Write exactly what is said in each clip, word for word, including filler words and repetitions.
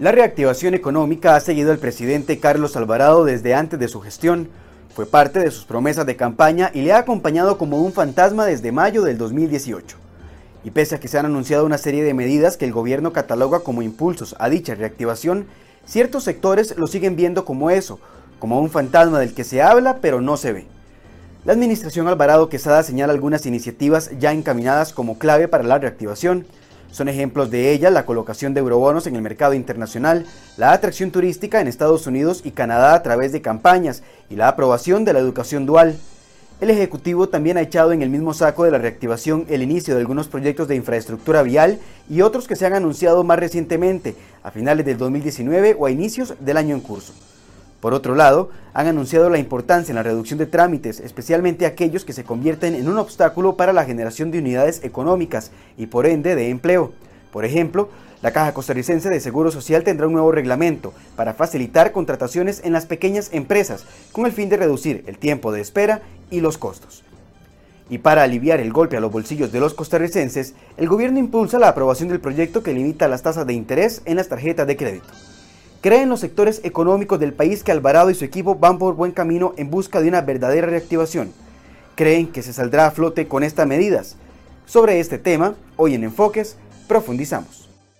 La reactivación económica ha seguido al presidente Carlos Alvarado desde antes de su gestión. Fue parte de sus promesas de campaña y le ha acompañado como un fantasma desde mayo del dos mil dieciocho. Y pese a que se han anunciado una serie de medidas que el gobierno cataloga como impulsos a dicha reactivación, ciertos sectores lo siguen viendo como eso, como un fantasma del que se habla pero no se ve. La administración Alvarado Quesada señala algunas iniciativas ya encaminadas como clave para la reactivación. Son ejemplos de ellas la colocación de eurobonos en el mercado internacional, la atracción turística en Estados Unidos y Canadá a través de campañas y la aprobación de la educación dual. El Ejecutivo también ha echado en el mismo saco de la reactivación el inicio de algunos proyectos de infraestructura vial y otros que se han anunciado más recientemente, a finales del dos mil diecinueve o a inicios del año en curso. Por otro lado, han anunciado la importancia en la reducción de trámites, especialmente aquellos que se convierten en un obstáculo para la generación de unidades económicas y por ende de empleo. Por ejemplo, la Caja Costarricense de Seguro Social tendrá un nuevo reglamento para facilitar contrataciones en las pequeñas empresas con el fin de reducir el tiempo de espera y los costos. Y para aliviar el golpe a los bolsillos de los costarricenses, el gobierno impulsa la aprobación del proyecto que limita las tasas de interés en las tarjetas de crédito. Creen los sectores económicos del país que Alvarado y su equipo van por buen camino en busca de una verdadera reactivación. ¿Creen que se saldrá a flote con estas medidas? Sobre este tema, hoy en Enfoques, profundizamos.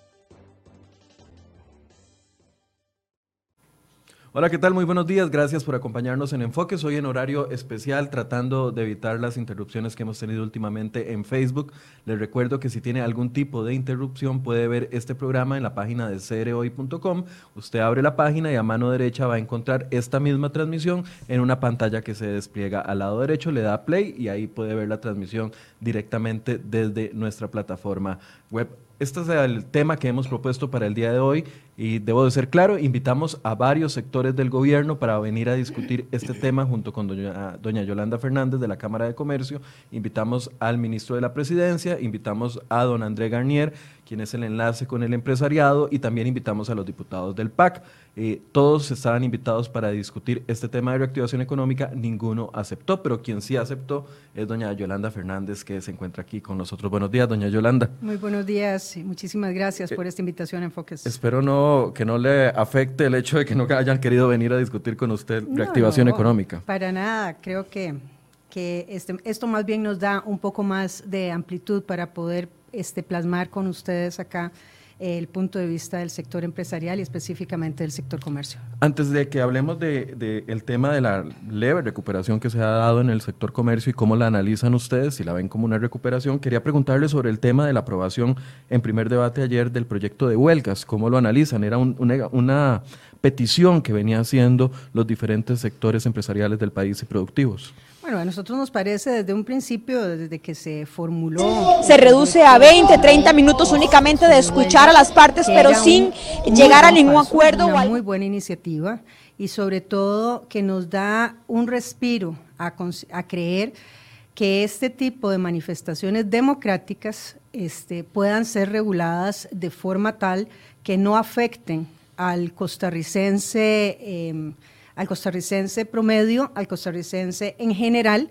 Hola, ¿qué tal? Muy buenos días, gracias por acompañarnos en Enfoques, hoy en horario especial tratando de evitar las interrupciones que hemos tenido últimamente en Facebook. Les recuerdo que si tiene algún tipo de interrupción puede ver este programa en la página de c r hoy punto com. Usted abre la página y a mano derecha va a encontrar esta misma transmisión en una pantalla que se despliega al lado derecho, le da play y ahí puede ver la transmisión directamente desde nuestra plataforma web. Este es el tema que hemos propuesto para el día de hoy y debo de ser claro, invitamos a varios sectores del gobierno para venir a discutir este tema junto con doña, doña Yolanda Fernández de la Cámara de Comercio, invitamos al ministro de la Presidencia, invitamos a don André Garnier, quien es el enlace con el empresariado, y también invitamos a los diputados del P A C. Eh, todos estaban invitados para discutir este tema de reactivación económica, ninguno aceptó, pero quien sí aceptó es doña Yolanda Fernández, que se encuentra aquí con nosotros. Buenos días, doña Yolanda. Muy buenos días y muchísimas gracias eh, por esta invitación a Enfoques. Espero no que no le afecte el hecho de que no hayan querido venir a discutir con usted no, reactivación no, económica. Para nada, creo que, que este, esto más bien nos da un poco más de amplitud para poder este, plasmar con ustedes acá el punto de vista del sector empresarial y específicamente del sector comercio. Antes de que hablemos del de, de tema de la leve recuperación que se ha dado en el sector comercio y cómo la analizan ustedes, si la ven como una recuperación, quería preguntarle sobre el tema de la aprobación en primer debate ayer del proyecto de huelgas, ¿cómo lo analizan? Era un, una, una petición que venían haciendo los diferentes sectores empresariales del país y productivos. Bueno, a nosotros nos parece desde un principio, desde que se formuló… Se reduce a veinte, treinta minutos únicamente de escuchar a las partes, pero sin llegar a ningún acuerdo. Una muy buena iniciativa y sobre todo que nos da un respiro a, a creer que este tipo de manifestaciones democráticas este, puedan ser reguladas de forma tal que no afecten al costarricense eh, al costarricense promedio, al costarricense en general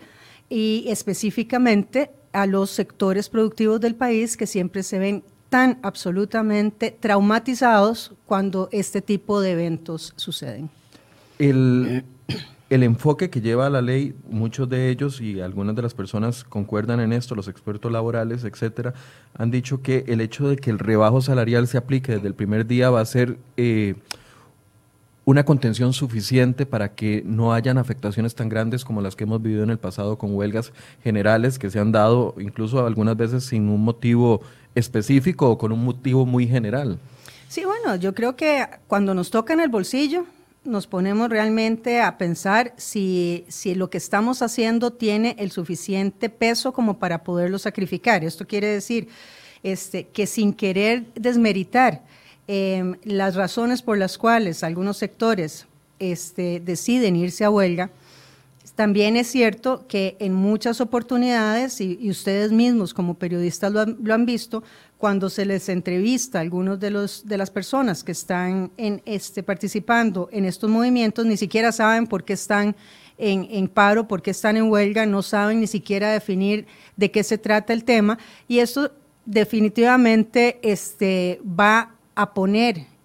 y específicamente a los sectores productivos del país que siempre se ven tan absolutamente traumatizados cuando este tipo de eventos suceden. El, el enfoque que lleva la ley, muchos de ellos y algunas de las personas concuerdan en esto, los expertos laborales, etcétera, han dicho que el hecho de que el rebajo salarial se aplique desde el primer día va a ser eh, una contención suficiente para que no hayan afectaciones tan grandes como las que hemos vivido en el pasado con huelgas generales que se han dado incluso algunas veces sin un motivo específico o con un motivo muy general. Sí, bueno, yo creo que cuando nos toca en el bolsillo nos ponemos realmente a pensar si, si lo que estamos haciendo tiene el suficiente peso como para poderlo sacrificar. Esto quiere decir este, que sin querer desmeritar Eh, las razones por las cuales algunos sectores este, deciden irse a huelga, también es cierto que en muchas oportunidades, y, y ustedes mismos como periodistas lo han, lo han visto, cuando se les entrevista a algunos de, los, de las personas que están en este, participando en estos movimientos, ni siquiera saben por qué están en, en paro, por qué están en huelga, no saben ni siquiera definir de qué se trata el tema, y esto definitivamente este, va a poner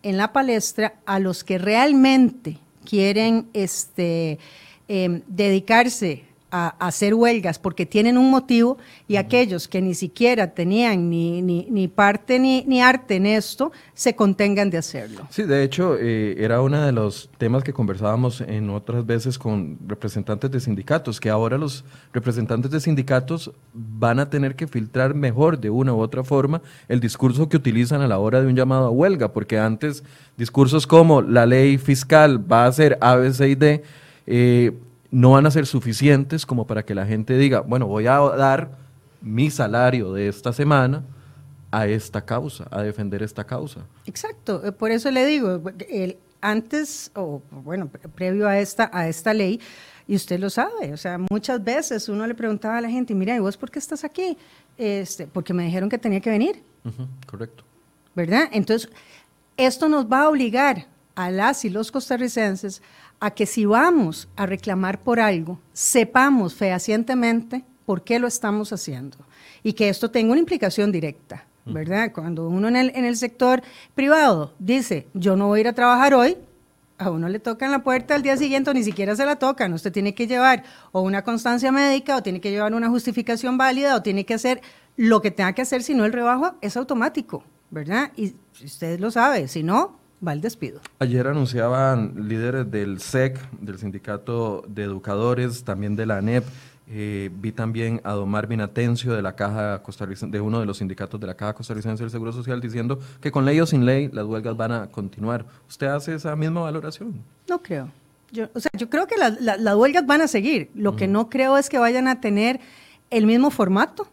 en la palestra a los que realmente quieren este, eh, dedicarse a, a hacer huelgas porque tienen un motivo, y aquellos que ni siquiera tenían ni, ni, ni parte ni, ni arte en esto, se contengan de hacerlo. Sí, de hecho, eh, era uno de los temas que conversábamos en otras veces con representantes de sindicatos, que ahora los representantes de sindicatos van a tener que filtrar mejor de una u otra forma el discurso que utilizan a la hora de un llamado a huelga, porque antes discursos como la ley fiscal va a ser A, B, C y D, eh, no van a ser suficientes como para que la gente diga, bueno, voy a dar mi salario de esta semana a esta causa, a defender esta causa. Exacto, por eso le digo, el, antes, o bueno, previo a esta, a esta ley, y usted lo sabe, o sea, muchas veces uno le preguntaba a la gente, mira, ¿y vos por qué estás aquí? Este, porque me dijeron que tenía que venir. Uh-huh, correcto. ¿Verdad? Entonces, esto nos va a obligar a las y los costarricenses a que si vamos a reclamar por algo, sepamos fehacientemente por qué lo estamos haciendo y que esto tenga una implicación directa, ¿verdad? Cuando uno en el, en el sector privado dice, yo no voy a ir a trabajar hoy, a uno le tocan la puerta al día siguiente o ni siquiera se la tocan, usted tiene que llevar o una constancia médica o tiene que llevar una justificación válida o tiene que hacer lo que tenga que hacer, si no el rebajo es automático, ¿verdad? Y usted lo sabe, si no, va el despido. Ayer anunciaban líderes del S E C, del Sindicato de Educadores, también de la A N E P, eh, vi también a don Marvin Atencio de la Caja Costarricense, de uno de los sindicatos de la Caja Costarricense del Seguro Social, diciendo que con ley o sin ley las huelgas van a continuar. ¿Usted hace esa misma valoración? No creo. Yo, o sea, yo creo que la, la, las huelgas van a seguir. Lo uh-huh. que no creo es que vayan a tener el mismo formato.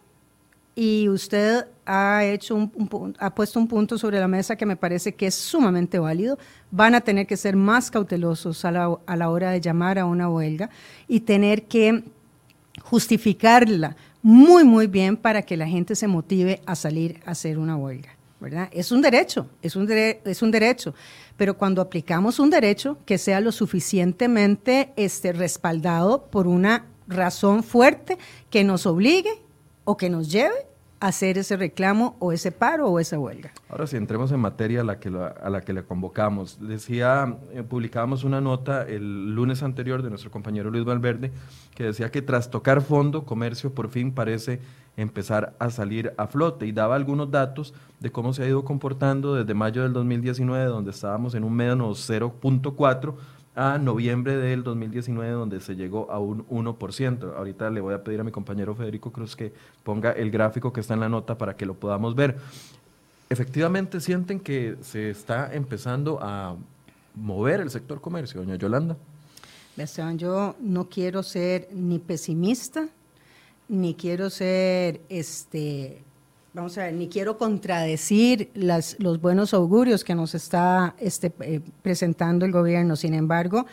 Y usted ha hecho un, un, ha puesto un punto sobre la mesa que me parece que es sumamente válido. Van a tener que ser más cautelosos a la, a la hora de llamar a una huelga y tener que justificarla muy, muy bien para que la gente se motive a salir a hacer una huelga, ¿verdad? Es un derecho, es un, dere- es un derecho, pero cuando aplicamos un derecho que sea lo suficientemente este, respaldado por una razón fuerte que nos obligue o que nos lleve a hacer ese reclamo o ese paro o esa huelga. Ahora sí, entremos en materia a la que, lo, a la que le convocamos. Decía, eh, publicábamos una nota el lunes anterior de nuestro compañero Luis Valverde, que decía que tras tocar fondo, comercio por fin parece empezar a salir a flote, y daba algunos datos de cómo se ha ido comportando desde mayo del dos mil diecinueve, donde estábamos en un menos cero punto cuatro, a noviembre del dos mil diecinueve, donde se llegó a un uno por ciento. Ahorita le voy a pedir a mi compañero Federico Cruz que ponga el gráfico que está en la nota para que lo podamos ver. Efectivamente, ¿sienten que se está empezando a mover el sector comercio, doña Yolanda? Esteban, yo no quiero ser ni pesimista, ni quiero ser, este, vamos a ver, ni quiero contradecir las, los buenos augurios que nos está este, eh, presentando el gobierno. Sin embargo,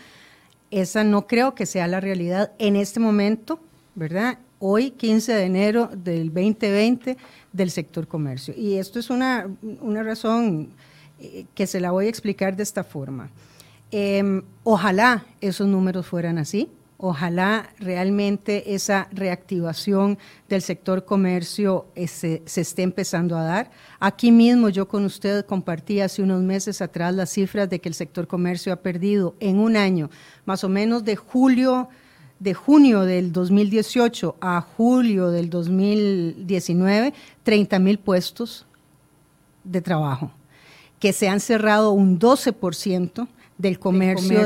esa no creo que sea la realidad en este momento, ¿verdad? Hoy, quince de enero del veinte veinte, del sector comercio. Y esto es una, una razón eh, que se la voy a explicar de esta forma. Eh, ojalá esos números fueran así. Ojalá realmente esa reactivación del sector comercio eh, se, se esté empezando a dar. Aquí mismo yo con usted compartí hace unos meses atrás las cifras de que el sector comercio ha perdido en un año, más o menos de julio, de junio del dos mil dieciocho a julio del dos mil diecinueve, treinta mil puestos de trabajo, que se han cerrado un doce por ciento del comercio.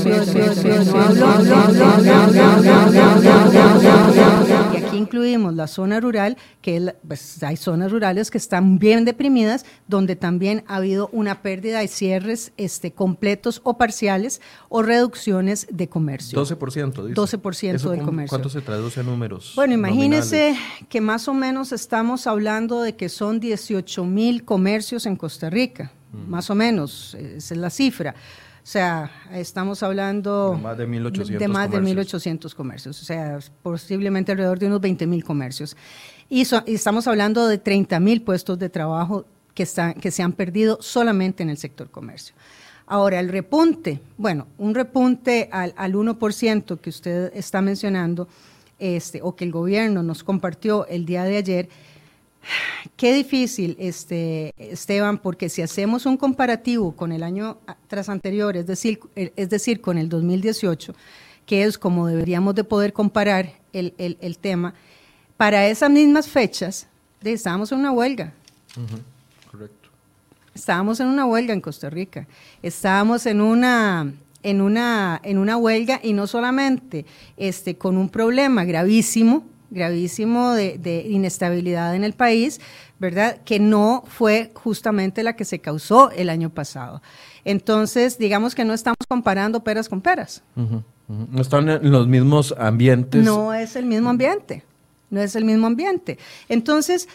Y aquí incluimos la zona rural, que la, pues, hay zonas rurales que están bien deprimidas, donde también ha habido una pérdida de cierres este, completos o parciales o reducciones de comercio. doce por ciento, dice. doce por ciento del comercio. ¿Cuánto se traduce a números? Bueno, imagínese nominales? Que más o menos estamos hablando de que son dieciocho mil comercios en Costa Rica, mm. más o menos, esa es la cifra. O sea, estamos hablando de más de mil ochocientos, de más comercios. de mil ochocientos comercios, o sea, posiblemente alrededor de unos veinte mil comercios. Y, so, y estamos hablando de treinta mil puestos de trabajo que, están, que se han perdido solamente en el sector comercio. Ahora, el repunte, bueno, un repunte al, al uno por ciento que usted está mencionando, este, o que el gobierno nos compartió el día de ayer, Qué difícil, este, Esteban, porque si hacemos un comparativo con el año tras anterior, es decir, es decir, con el dos mil dieciocho, que es como deberíamos de poder comparar el, el, el tema, para esas mismas fechas, de, estábamos en una huelga. Uh-huh. Correcto. Estábamos en una huelga en Costa Rica, estábamos en una, en una, en una huelga y no solamente este, con un problema gravísimo, gravísimo de, de inestabilidad en el país, ¿verdad? Que no fue justamente la que se causó el año pasado. Entonces, digamos que no estamos comparando peras con peras. Uh-huh, uh-huh. No están en los mismos ambientes. No es el mismo ambiente, no es el mismo ambiente. Entonces,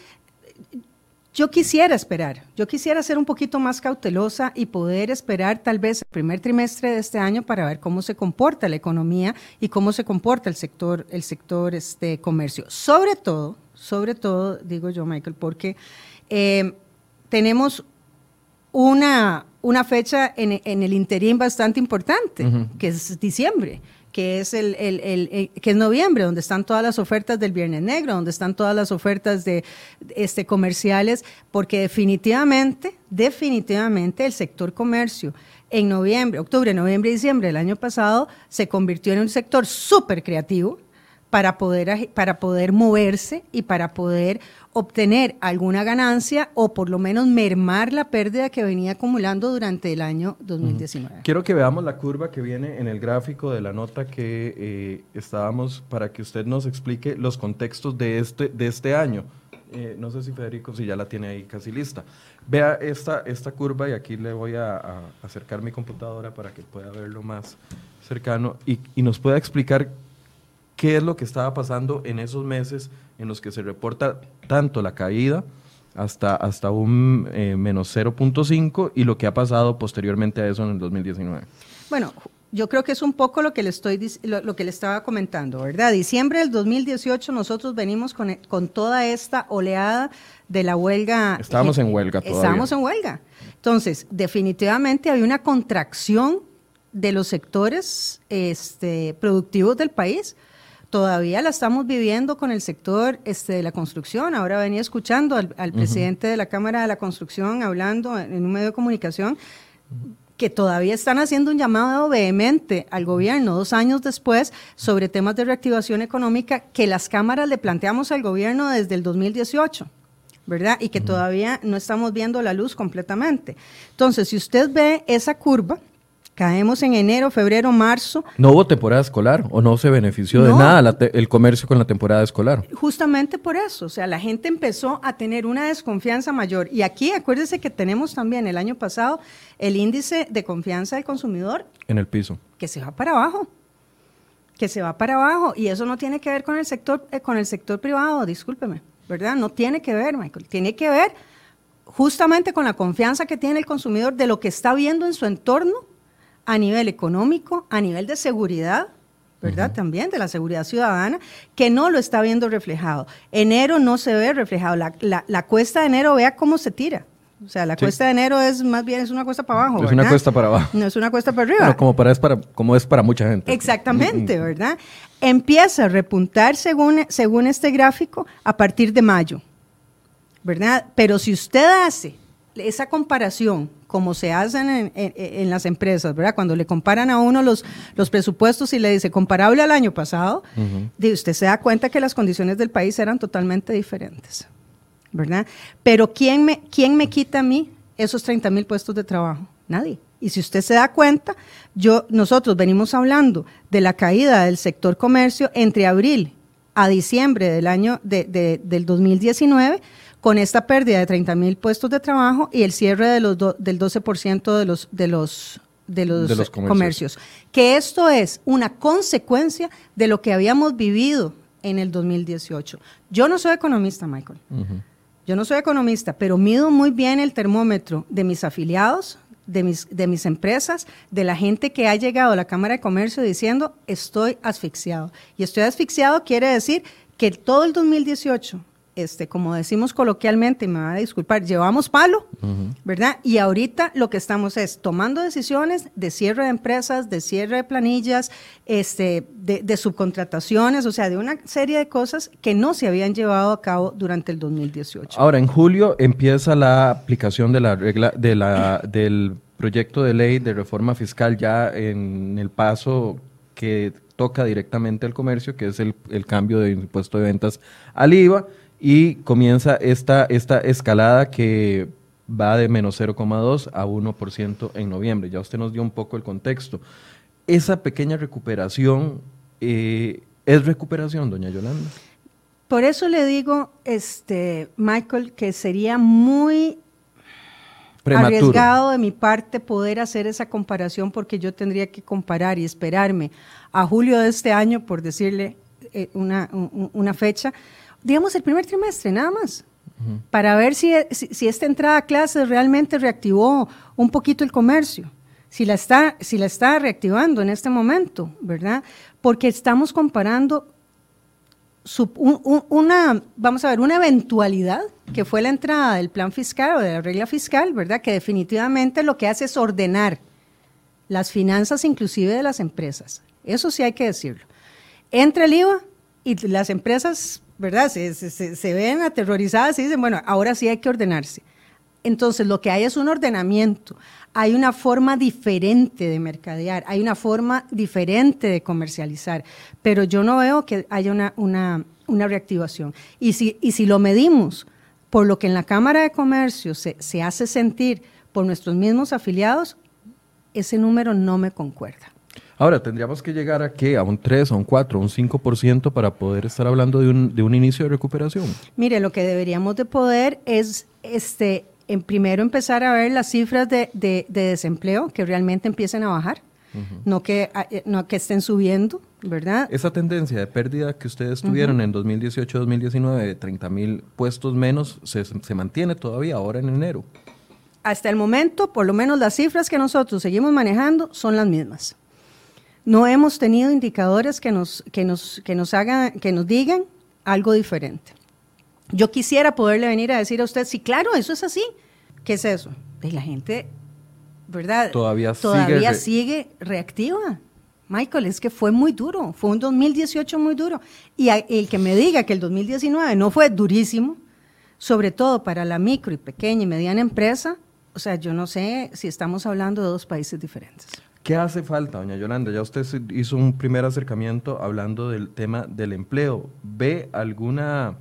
yo quisiera esperar, yo quisiera ser un poquito más cautelosa y poder esperar tal vez el primer trimestre de este año para ver cómo se comporta la economía y cómo se comporta el sector, el sector este, comercio. Sobre todo, sobre todo, digo yo, Michael, porque eh, tenemos una, una fecha en, en el interín bastante importante, uh-huh. que es diciembre. que es el, el, el, el que es noviembre, donde están todas las ofertas del Viernes Negro, donde están todas las ofertas de este comerciales, porque definitivamente, definitivamente el sector comercio en noviembre, octubre, noviembre y diciembre del año pasado se convirtió en un sector súper creativo para poder, para poder moverse y para poder obtener alguna ganancia o por lo menos mermar la pérdida que venía acumulando durante el año dos mil diecinueve. Uh-huh. Quiero que veamos la curva que viene en el gráfico de la nota que eh, estábamos, para que usted nos explique los contextos de este, de este año. Eh, no sé si Federico, si ya la tiene ahí casi lista. Vea esta, esta curva y aquí le voy a, a acercar mi computadora para que pueda verlo más cercano y, y nos pueda explicar qué es lo que estaba pasando en esos meses en los que se reporta tanto la caída hasta, hasta un eh, menos cero punto cinco y lo que ha pasado posteriormente a eso en el dos mil diecinueve. Bueno, yo creo que es un poco lo que le estoy lo, lo que le estaba comentando, ¿verdad? Diciembre del dos mil dieciocho nosotros venimos con, con toda esta oleada de la huelga. Estábamos eh, en huelga todavía. Estábamos en huelga. Entonces, definitivamente había una contracción de los sectores este, productivos del país. Todavía la estamos viviendo con el sector este, de la construcción. Ahora venía escuchando al, al uh-huh. presidente de la Cámara de la Construcción hablando en, en un medio de comunicación uh-huh. que todavía están haciendo un llamado vehemente al gobierno dos años después sobre temas de reactivación económica que las cámaras le planteamos al gobierno desde el dos mil dieciocho, ¿verdad? Y que uh-huh. todavía no estamos viendo la luz completamente. Entonces, si usted ve esa curva, caemos en enero, febrero, marzo. ¿No hubo temporada escolar o no se benefició no, de nada la te- el comercio con la temporada escolar? Justamente por eso, o sea, la gente empezó a tener una desconfianza mayor. Y aquí, acuérdese que tenemos también el año pasado el índice de confianza del consumidor. En el piso. Que se va para abajo, que se va para abajo. Y eso no tiene que ver con el sector, eh, con el sector privado, discúlpeme, ¿verdad? No tiene que ver, Michael, tiene que ver justamente con la confianza que tiene el consumidor de lo que está viendo en su entorno, a nivel económico, a nivel de seguridad, ¿verdad? Uh-huh. También de la seguridad ciudadana, que no lo está viendo reflejado. Enero no se ve reflejado. La, la, la cuesta de enero, vea cómo se tira. O sea, la sí. cuesta de enero es más bien es una cuesta para abajo, Es ¿verdad? una cuesta para abajo. No es una cuesta para arriba. Bueno, como, para, es para, como es para mucha gente. Exactamente, uh-huh. ¿verdad? Empieza a repuntar según, según este gráfico a partir de mayo, ¿verdad? Pero si usted hace esa comparación como se hacen en, en, en las empresas, ¿verdad? Cuando le comparan a uno los, los presupuestos y le dice comparable al año pasado, uh-huh. de usted se da cuenta que las condiciones del país eran totalmente diferentes, ¿verdad? Pero ¿quién me, quién me quita a mí esos treinta mil puestos de trabajo? Nadie. Y si usted se da cuenta, yo, nosotros venimos hablando de la caída del sector comercio entre abril a diciembre del año de, de, del dos mil diecinueve, con esta pérdida de treinta mil puestos de trabajo y el cierre de los do, del doce por ciento de los, de los, de los, de los comercios. comercios. Que esto es una consecuencia de lo que habíamos vivido en el dos mil dieciocho. Yo no soy economista, Michael. Uh-huh. Yo no soy economista, pero mido muy bien el termómetro de mis afiliados, de mis, de mis empresas, de la gente que ha llegado a la Cámara de Comercio diciendo estoy asfixiado. Y estoy asfixiado quiere decir que todo el dos mil dieciocho este, como decimos coloquialmente, y me va a disculpar, llevamos palo, uh-huh. ¿verdad? Y ahorita lo que estamos es tomando decisiones de cierre de empresas, de cierre de planillas, este, de, de subcontrataciones, o sea, de una serie de cosas que no se habían llevado a cabo durante el dos mil dieciocho. Ahora, en julio empieza la aplicación de la regla, de la, del proyecto de ley de reforma fiscal ya en el paso que toca directamente al comercio, que es el, el cambio de impuesto de ventas al I V A, y comienza esta, esta escalada que va de menos cero coma dos a uno por ciento en noviembre. Ya usted nos dio un poco el contexto. Esa pequeña recuperación, eh, ¿es recuperación, doña Yolanda? Por eso le digo, este, Michael, que sería muy prematuro, arriesgado de mi parte poder hacer esa comparación, porque yo tendría que comparar y esperarme a julio de este año, por decirle eh, una, un, una fecha, digamos el primer trimestre, nada más, uh-huh. para ver si, si, si esta entrada a clases realmente reactivó un poquito el comercio, si la está, si la está reactivando en este momento, ¿verdad? Porque estamos comparando Sub, un, un, una, vamos a ver, una eventualidad que fue la entrada del plan fiscal o de la regla fiscal, ¿verdad? Que definitivamente lo que hace es ordenar las finanzas inclusive de las empresas. Eso sí hay que decirlo. Entra el I V A y las empresas, ¿verdad? Se, se, se ven aterrorizadas y dicen, bueno, ahora sí hay que ordenarse. Entonces, lo que hay es un ordenamiento, hay una forma diferente de mercadear, hay una forma diferente de comercializar, pero yo no veo que haya una, una, una reactivación. Y si, y si lo medimos por lo que en la Cámara de Comercio se, se hace sentir por nuestros mismos afiliados, ese número no me concuerda. Ahora, ¿tendríamos que llegar a qué? ¿A un tres, a un cuatro, a un cinco por ciento para poder estar hablando de un, de un inicio de recuperación? Mire, lo que deberíamos de poder es... este en primero empezar a ver las cifras de, de, de desempleo que realmente empiecen a bajar, uh-huh. no, que, no que estén subiendo, ¿verdad? Esa tendencia de pérdida que ustedes tuvieron uh-huh. en dos mil dieciocho dos mil diecinueve de treinta mil puestos menos, se, se mantiene todavía ahora en enero. Hasta el momento, por lo menos las cifras que nosotros seguimos manejando son las mismas. No hemos tenido indicadores que nos, que nos, que nos hagan, que nos digan algo diferente. Yo quisiera poderle venir a decir a usted, sí, claro, eso es así. ¿Qué es eso? Y la gente, ¿verdad? Todavía, Todavía sigue, sigue reactiva. Michael, es que fue muy duro, fue un dos mil dieciocho muy duro. Y a, el que me diga que el dos mil diecinueve no fue durísimo, sobre todo para la micro y pequeña y mediana empresa, o sea, yo no sé si estamos hablando de dos países diferentes. ¿Qué hace falta, doña Yolanda? Ya usted hizo un primer acercamiento hablando del tema del empleo. ¿Ve alguna...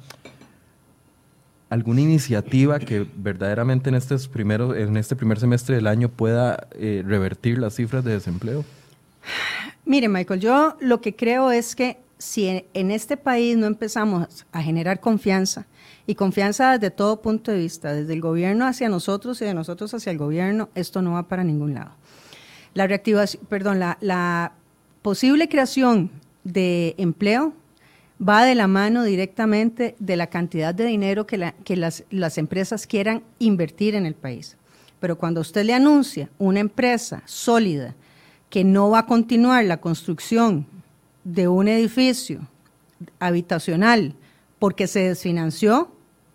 alguna iniciativa que verdaderamente en, estos primeros, en este primer semestre del año pueda eh, revertir las cifras de desempleo? Mire, Michael, yo lo que creo es que si en, en este país no empezamos a generar confianza, y confianza desde todo punto de vista, desde el gobierno hacia nosotros y de nosotros hacia el gobierno, esto no va para ningún lado. La reactivación, perdón, la, la posible creación de empleo va de la mano directamente de la cantidad de dinero que, la, que las, las empresas quieran invertir en el país. Pero cuando usted le anuncia una empresa sólida que no va a continuar la construcción de un edificio habitacional porque se desfinanció,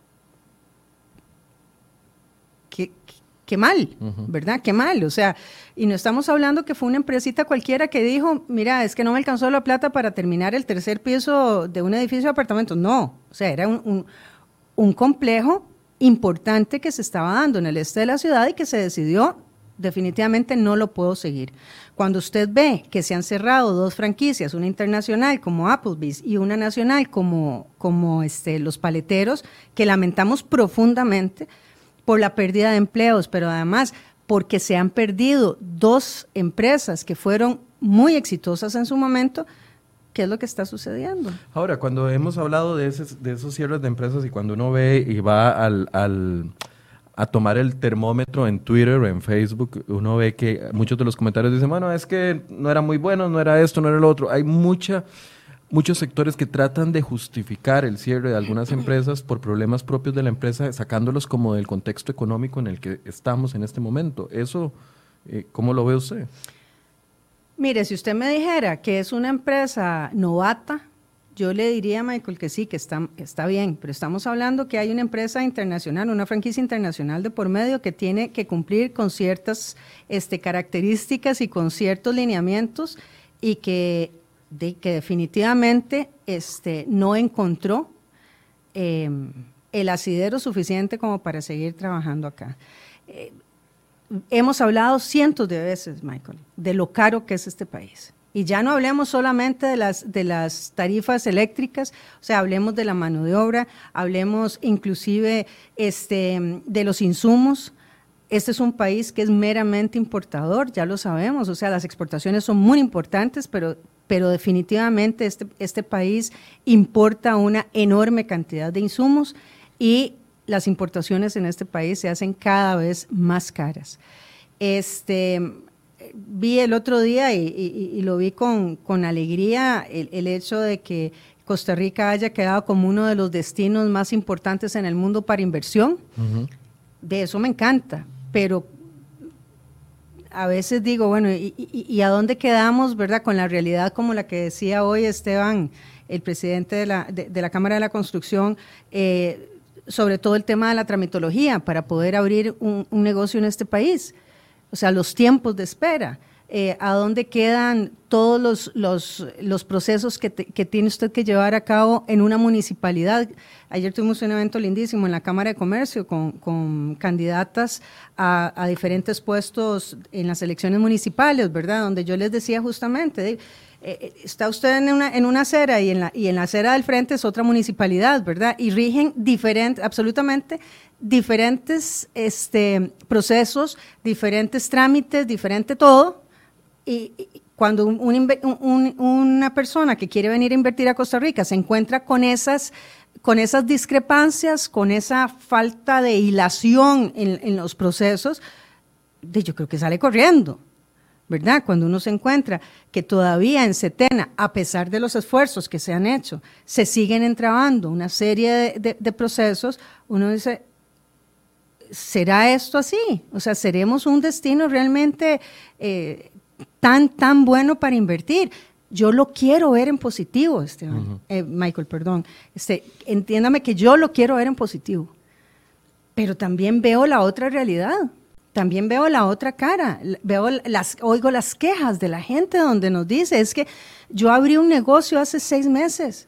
qué, qué mal, uh-huh. ¿verdad? Qué mal, o sea, y no estamos hablando que fue una empresita cualquiera que dijo, mira, es que no me alcanzó la plata para terminar el tercer piso de un edificio de apartamentos, no, o sea, era un, un, un complejo importante que se estaba dando en el este de la ciudad y que se decidió, definitivamente no lo puedo seguir. Cuando usted ve que se han cerrado dos franquicias, una internacional como Applebee's y una nacional como, como este, los paleteros, que lamentamos profundamente por la pérdida de empleos, pero además porque se han perdido dos empresas que fueron muy exitosas en su momento, ¿qué es lo que está sucediendo? Ahora, cuando hemos hablado de, ese, de esos cierres de empresas y cuando uno ve y va al, al, a tomar el termómetro en Twitter o en Facebook, uno ve que muchos de los comentarios dicen, bueno, es que no era muy bueno, no era esto, no era lo otro. Hay mucha... muchos sectores que tratan de justificar el cierre de algunas empresas por problemas propios de la empresa, sacándolos como del contexto económico en el que estamos en este momento. Eso, eh, ¿cómo lo ve usted? Mire, si usted me dijera que es una empresa novata, yo le diría a Michael que sí, que está, está bien, pero estamos hablando que hay una empresa internacional, una franquicia internacional de por medio que tiene que cumplir con ciertas este, características y con ciertos lineamientos y que, de, que definitivamente este, no encontró eh, el asidero suficiente como para seguir trabajando acá. Eh, hemos hablado cientos de veces, Michael, de lo caro que es este país. Y ya no hablemos solamente de las, de las tarifas eléctricas, o sea, hablemos de la mano de obra, hablemos inclusive este, de los insumos. Este es un país que es meramente importador, ya lo sabemos, o sea, las exportaciones son muy importantes, pero, pero definitivamente este, este país importa una enorme cantidad de insumos y las importaciones en este país se hacen cada vez más caras. Este... Vi el otro día y, y, y lo vi con, con alegría el, el hecho de que Costa Rica haya quedado como uno de los destinos más importantes en el mundo para inversión. Uh-huh. De eso me encanta, pero a veces digo, bueno, ¿y, y, y a dónde quedamos, verdad? Con la realidad como la que decía hoy Esteban, el presidente de la, de, de la Cámara de la Construcción, eh, sobre todo el tema de la tramitología para poder abrir un, un negocio en este país. O sea, los tiempos de espera, eh, a dónde quedan todos los, los, los procesos que, te, que tiene usted que llevar a cabo en una municipalidad. Ayer tuvimos un evento lindísimo en la Cámara de Comercio con, con candidatas a, a diferentes puestos en las elecciones municipales, ¿verdad? Donde yo les decía justamente, eh, está usted en una, en una acera y en, la, y en la acera del frente es otra municipalidad, ¿verdad? Y rigen diferente, absolutamente diferentes este, procesos, diferentes trámites, diferente todo, y, y cuando un, un, un, una persona que quiere venir a invertir a Costa Rica se encuentra con esas, con esas discrepancias, con esa falta de hilación en, en los procesos, yo creo que sale corriendo, ¿verdad? Cuando uno se encuentra que todavía en Setena, a pesar de los esfuerzos que se han hecho, se siguen entrabando una serie de, de, de procesos, uno dice, ¿será esto así? O sea, ¿seremos un destino realmente eh, tan, tan bueno para invertir? Yo lo quiero ver en positivo, Esteban, uh-huh. eh, Michael, perdón. Este, entiéndame que yo lo quiero ver en positivo, pero también veo la otra realidad, también veo la otra cara, veo las, oigo las quejas de la gente donde nos dice, es que yo abrí un negocio hace seis meses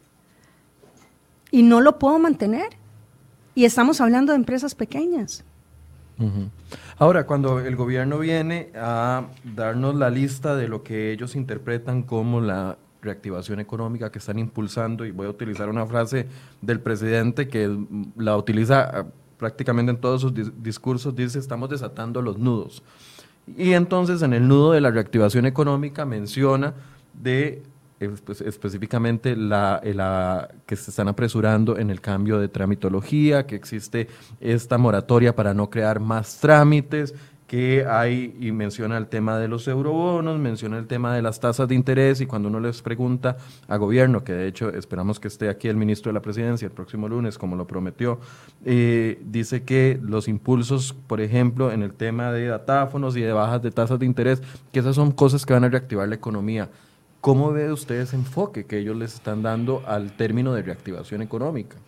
y no lo puedo mantener. Y estamos hablando de empresas pequeñas. Uh-huh. Ahora, cuando el gobierno viene a darnos la lista de lo que ellos interpretan como la reactivación económica que están impulsando, y voy a utilizar una frase del presidente que la utiliza prácticamente en todos sus dis- discursos, dice, estamos desatando los nudos. Y entonces en el nudo de la reactivación económica menciona de específicamente la, la que se están apresurando en el cambio de tramitología, que existe esta moratoria para no crear más trámites, que hay, y menciona el tema de los eurobonos, menciona el tema de las tasas de interés, y cuando uno les pregunta a gobierno, que de hecho esperamos que esté aquí el ministro de la Presidencia el próximo lunes, como lo prometió, eh, dice que los impulsos, por ejemplo, en el tema de datáfonos y de bajas de tasas de interés, que esas son cosas que van a reactivar la economía. ¿Cómo ve usted ese enfoque que ellos les están dando al término de reactivación económica?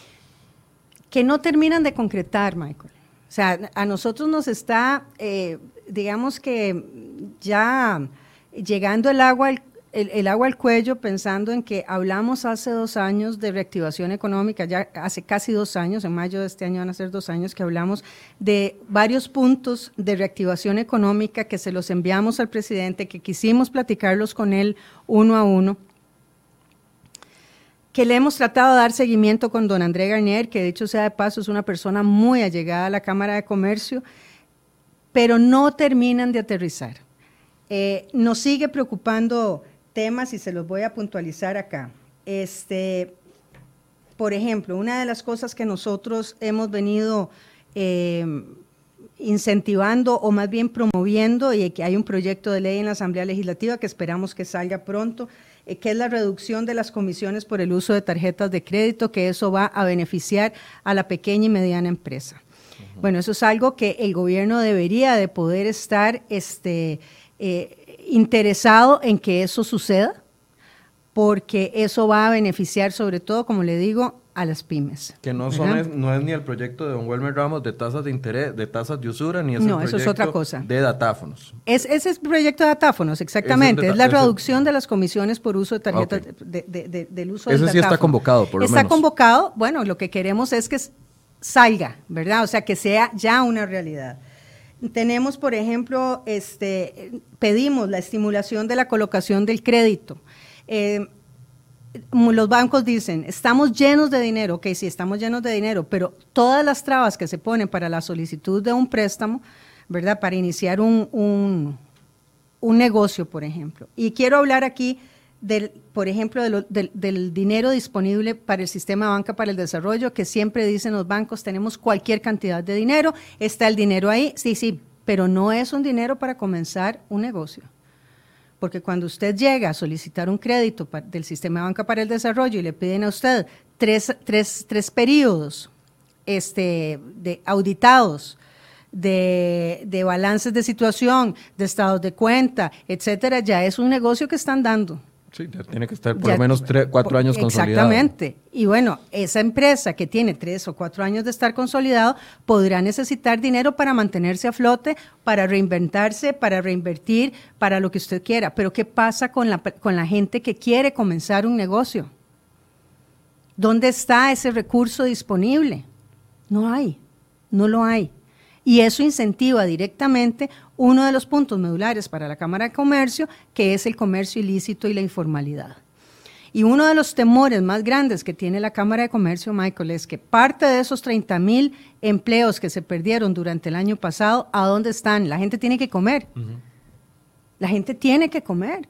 Que no terminan de concretar, Michael. O sea, a nosotros nos está, eh, digamos que ya llegando el agua, al, el, el agua al cuello, pensando en que hablamos hace dos años de reactivación económica, ya hace casi dos años, en mayo de este año van a ser dos años que hablamos de varios puntos de reactivación económica que se los enviamos al presidente, que quisimos platicarlos con él uno a uno, que le hemos tratado de dar seguimiento con don André Garnier, que dicho sea de paso es una persona muy allegada a la Cámara de Comercio, pero no terminan de aterrizar. Eh, nos sigue preocupando temas y se los voy a puntualizar acá. Este, por ejemplo, una de las cosas que nosotros hemos venido eh, incentivando o más bien promoviendo, y que hay un proyecto de ley en la Asamblea Legislativa que esperamos que salga pronto, eh, que es la reducción de las comisiones por el uso de tarjetas de crédito, que eso va a beneficiar a la pequeña y mediana empresa. Uh-huh. Bueno, eso es algo que el gobierno debería de poder estar este, eh, interesado en que eso suceda, porque eso va a beneficiar sobre todo, como le digo, a las pymes. Que no son es, no es ni el proyecto de don Welmer Ramos de tasas de interés, de tasas de usura, ni es no, el eso es otra cosa. de datáfonos. Es, ese es el proyecto de datáfonos, exactamente. Es, de, es la es reducción el, de las comisiones por uso de tarjetas, okay. de, de, de, del uso ese del sí datáfono. Está convocado, por lo está menos. Está convocado, bueno, lo que queremos es que salga, ¿verdad? O sea, que sea ya una realidad. Tenemos, por ejemplo, este, pedimos la estimulación de la colocación del crédito. Eh, los bancos dicen, estamos llenos de dinero, ok, sí, estamos llenos de dinero, pero todas las trabas que se ponen para la solicitud de un préstamo, ¿verdad?, para iniciar un, un, un negocio, por ejemplo. Y quiero hablar aquí, del, por ejemplo, de lo, del, del dinero disponible para el sistema de banca para el desarrollo, que siempre dicen los bancos, tenemos cualquier cantidad de dinero, está el dinero ahí, sí, sí, pero no es un dinero para comenzar un negocio. Porque cuando usted llega a solicitar un crédito para, del sistema de banca para el desarrollo y le piden a usted tres, tres, tres periodos este, de auditados, de, de balances de situación, de estados de cuenta, etcétera, ya es un negocio que están dando. Sí, ya tiene que estar por ya, lo menos tres, cuatro años consolidado. Exactamente. Y bueno, esa empresa que tiene tres o cuatro años de estar consolidado podrá necesitar dinero para mantenerse a flote, para reinventarse, para reinvertir, para lo que usted quiera. Pero ¿qué pasa con la, con la gente que quiere comenzar un negocio? ¿Dónde está ese recurso disponible? No hay, no lo hay. Y eso incentiva directamente uno de los puntos medulares para la Cámara de Comercio, que es el comercio ilícito y la informalidad. Y uno de los temores más grandes que tiene la Cámara de Comercio, Michael, es que parte de esos treinta mil empleos que se perdieron durante el año pasado, ¿a dónde están? La gente tiene que comer. Uh-huh. La gente tiene que comer.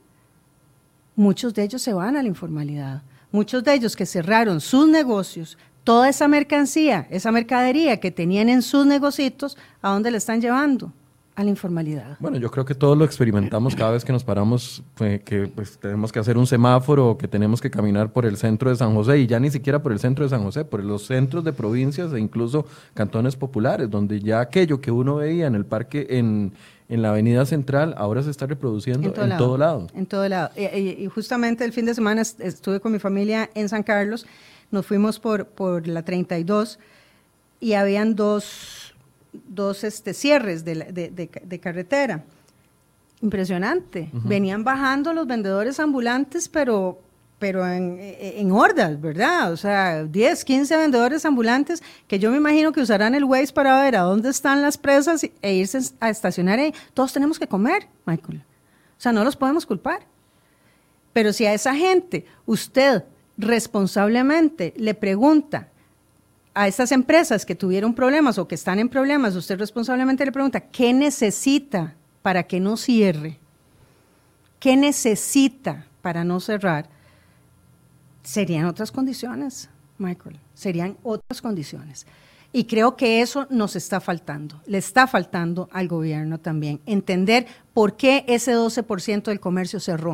Muchos de ellos se van a la informalidad. Muchos de ellos que cerraron sus negocios, toda esa mercancía, esa mercadería que tenían en sus negocios, ¿a dónde la están llevando? A la informalidad. Bueno, yo creo que todos lo experimentamos cada vez que nos paramos, pues, que pues, tenemos que hacer un semáforo o que tenemos que caminar por el centro de San José, y ya ni siquiera por el centro de San José, por los centros de provincias e incluso cantones populares, donde ya aquello que uno veía en el parque, en, en la avenida central, ahora se está reproduciendo en todo, en lado, todo lado. En todo lado. Y, y, y justamente el fin de semana estuve con mi familia en San Carlos, nos fuimos por, por la treinta y dos y habían dos, dos este, cierres de, de, de, de carretera. Impresionante. Uh-huh. Venían bajando los vendedores ambulantes, pero, pero en, en hordas, ¿verdad? O sea, diez, quince vendedores ambulantes que yo me imagino que usarán el Waze para ver a dónde están las presas e irse a estacionar ahí. Todos tenemos que comer, Michael. O sea, no los podemos culpar. Pero si a esa gente usted responsablemente le pregunta a estas empresas que tuvieron problemas o que están en problemas, usted responsablemente le pregunta, ¿qué necesita para que no cierre? ¿Qué necesita para no cerrar? Serían otras condiciones, Michael, serían otras condiciones. Y creo que eso nos está faltando, le está faltando al gobierno también, entender por qué ese doce por ciento del comercio cerró.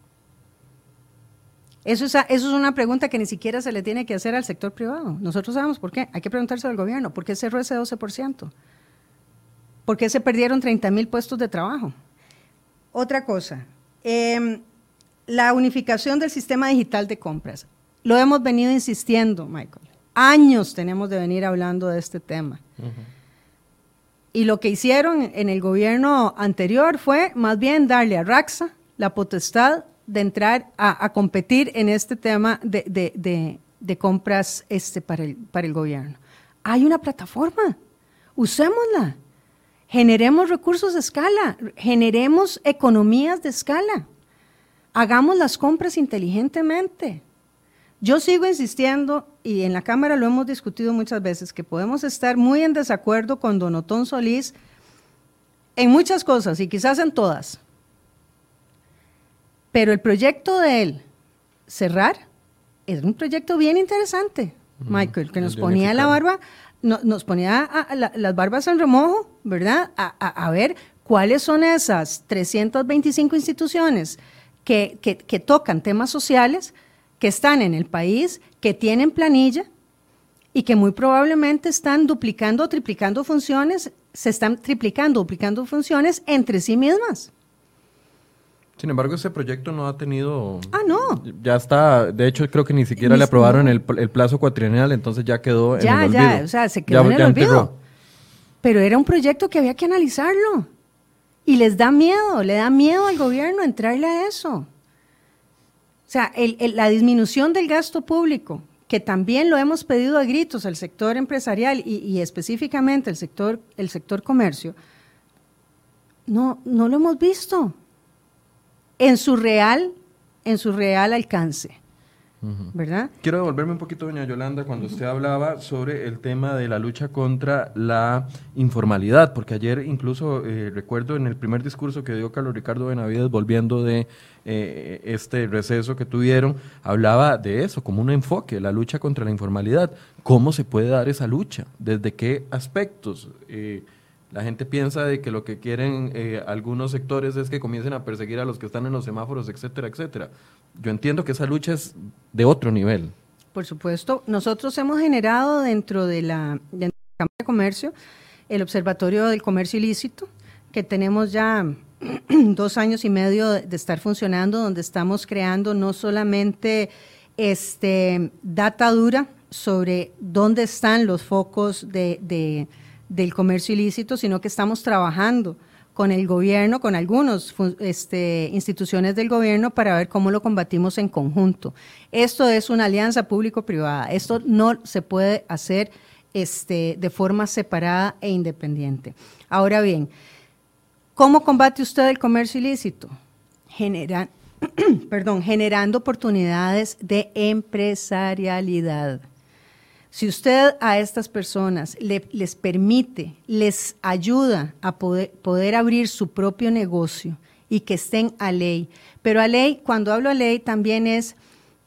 Eso es, eso es una pregunta que ni siquiera se le tiene que hacer al sector privado. Nosotros sabemos por qué. Hay que preguntárselo al gobierno. ¿Por qué cerró ese doce por ciento? ¿Por qué se perdieron treinta mil puestos de trabajo? Otra cosa, eh, la unificación del sistema digital de compras. Lo hemos venido insistiendo, Michael. Años tenemos de venir hablando de este tema. Uh-huh. Y lo que hicieron en el gobierno anterior fue más bien darle a Raxa la potestad de entrar a, a competir en este tema de, de, de, de compras este para, el, para el gobierno. Hay una plataforma, usémosla, generemos recursos de escala, generemos economías de escala, hagamos las compras inteligentemente. Yo sigo insistiendo, y en la Cámara lo hemos discutido muchas veces, que podemos estar muy en desacuerdo con don Otón Solís en muchas cosas, y quizás en todas. Pero el proyecto de él, cerrar, es un proyecto bien interesante, Michael, que nos ponía la barba, no, nos ponía a, a la, las barbas en remojo, ¿verdad? A, a, a ver cuáles son esas trescientas veinticinco instituciones que, que, que tocan temas sociales, que están en el país, que tienen planilla y que muy probablemente están duplicando o triplicando funciones, se están triplicando o duplicando funciones entre sí mismas. Sin embargo, ese proyecto no ha tenido... Ah, no. Ya está, de hecho creo que ni siquiera ni, le aprobaron no. el, el plazo cuatrienal, entonces ya quedó ya, en el olvido. Ya, ya, o sea, se quedó ya, en el ya olvido. Enterró. Pero era un proyecto que había que analizarlo. Y les da miedo, le da miedo al gobierno entrarle a eso. O sea, el, el, la disminución del gasto público, que también lo hemos pedido a gritos al sector empresarial y, y específicamente el sector, el sector comercio, no, no lo hemos visto en su real, en su real alcance, uh-huh. ¿verdad? Quiero devolverme un poquito, doña Yolanda, cuando uh-huh. usted hablaba sobre el tema de la lucha contra la informalidad, porque ayer incluso eh, recuerdo en el primer discurso que dio Carlos Ricardo Benavides, volviendo de eh, este receso que tuvieron, hablaba de eso, como un enfoque, la lucha contra la informalidad. ¿Cómo se puede dar esa lucha? ¿Desde qué aspectos? Eh, La gente piensa de que lo que quieren eh, algunos sectores es que comiencen a perseguir a los que están en los semáforos, etcétera, etcétera. Yo entiendo que esa lucha es de otro nivel. Por supuesto. Nosotros hemos generado dentro de la, dentro de la Cámara de Comercio el Observatorio del Comercio Ilícito, que tenemos ya dos años y medio de, de estar funcionando, donde estamos creando no solamente este, data dura sobre dónde están los focos de... de del comercio ilícito, sino que estamos trabajando con el gobierno, con algunas este, instituciones del gobierno para ver cómo lo combatimos en conjunto. Esto es una alianza público-privada, esto no se puede hacer este, de forma separada e independiente. Ahora bien, ¿cómo combate usted el comercio ilícito? Genera, perdón, generando oportunidades de empresarialidad. Si usted a estas personas le, les permite, les ayuda a poder, poder abrir su propio negocio y que estén a ley, pero a ley, cuando hablo a ley, también es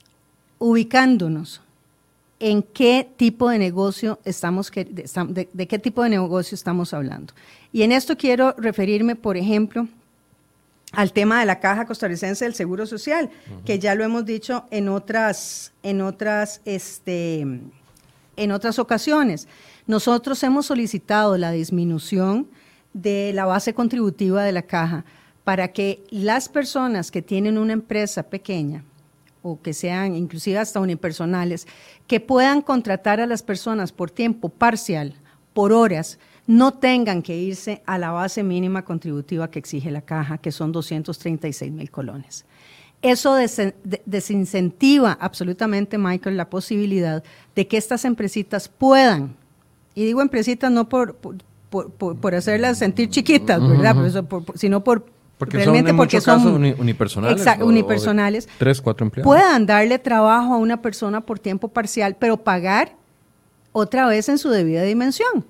ubicándonos en qué tipo de negocio estamos, de, de qué tipo de negocio estamos hablando. Y en esto quiero referirme, por ejemplo, al tema de la Caja Costarricense del Seguro Social, uh-huh. que ya lo hemos dicho en otras, en otras, este... en otras ocasiones. Nosotros hemos solicitado la disminución de la base contributiva de la caja para que las personas que tienen una empresa pequeña o que sean inclusive hasta unipersonales, que puedan contratar a las personas por tiempo parcial, por horas, no tengan que irse a la base mínima contributiva que exige la caja, que son doscientos treinta y seis mil colones. Eso des- desincentiva absolutamente, Michael, la posibilidad de que estas empresitas puedan, y digo empresitas no por, por, por, por, por hacerlas sentir chiquitas, ¿verdad? Uh-huh. por eso, por, por, sino por porque realmente son en porque muchos son casos uni- unipersonales, exa- o, unipersonales, o tres, cuatro empleados. Puedan darle trabajo a una persona por tiempo parcial, pero pagar otra vez en su debida dimensión.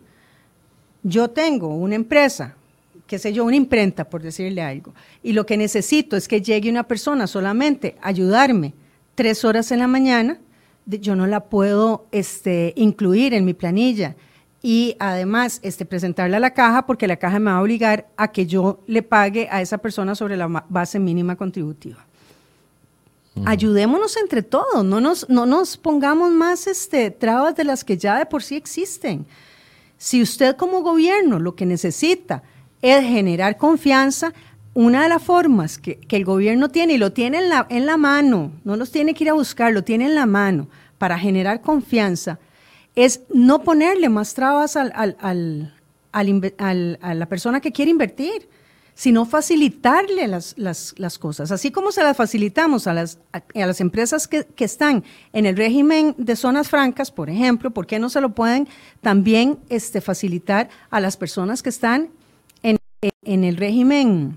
Yo tengo una empresa, qué sé yo, una imprenta, por decirle algo, y lo que necesito es que llegue una persona solamente a ayudarme tres horas en la mañana, yo no la puedo este, incluir en mi planilla y además este, presentarla a la caja porque la caja me va a obligar a que yo le pague a esa persona sobre la base mínima contributiva. Uh-huh. Ayudémonos entre todos, no nos, no nos pongamos más este, trabas de las que ya de por sí existen. Si usted como gobierno lo que necesita es generar confianza, una de las formas que, que el gobierno tiene, y lo tiene en la, en la mano, no los tiene que ir a buscar, lo tiene en la mano, para generar confianza, es no ponerle más trabas al, al, al, al, al, a la persona que quiere invertir, sino facilitarle las, las, las cosas. Así como se las facilitamos a las, a, a las empresas que, que están en el régimen de zonas francas, por ejemplo, ¿por qué no se lo pueden también este, facilitar a las personas que están en, en el régimen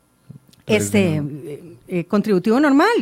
este, eh, eh, contributivo normal?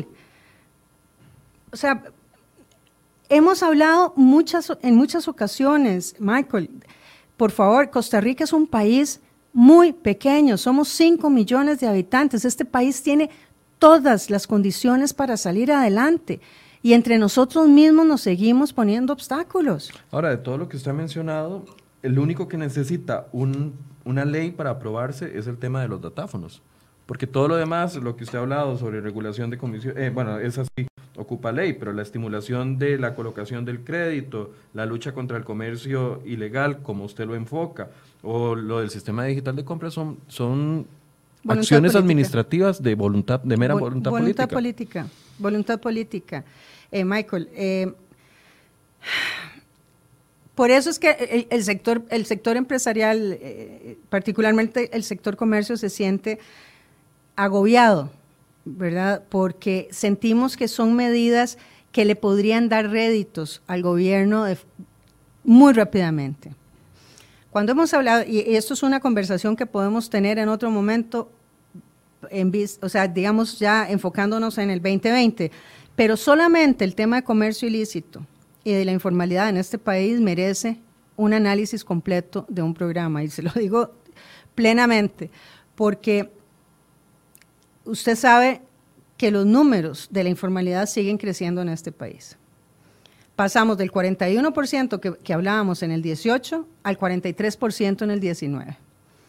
O sea, hemos hablado muchas, en muchas ocasiones, Michael, por favor, Costa Rica es un país muy pequeño, somos cinco millones de habitantes, este país tiene todas las condiciones para salir adelante y entre nosotros mismos nos seguimos poniendo obstáculos. Ahora, de todo lo que usted ha mencionado, el único que necesita un, una ley para aprobarse es el tema de los datáfonos, porque todo lo demás, lo que usted ha hablado sobre regulación de comisión, eh, bueno, es así, ocupa ley, pero la estimulación de la colocación del crédito, la lucha contra el comercio ilegal, como usted lo enfoca, o lo del sistema digital de compras son, son voluntad acciones política. administrativas de voluntad, de mera Vol- voluntad, voluntad política. política. Voluntad política. Eh, Michael, eh, por eso es que el, el sector, el sector empresarial, eh, particularmente el sector comercio, se siente agobiado, ¿verdad? Porque sentimos que son medidas que le podrían dar réditos al gobierno de, muy rápidamente. Cuando hemos hablado, y esto es una conversación que podemos tener en otro momento, en, o sea, digamos ya enfocándonos en el veinte veinte, pero solamente el tema de comercio ilícito y de la informalidad en este país merece un análisis completo de un programa, y se lo digo plenamente, porque usted sabe que los números de la informalidad siguen creciendo en este país. Pasamos del cuarenta y uno por ciento que, que hablábamos en el dieciocho al cuarenta y tres por ciento en el diecinueve.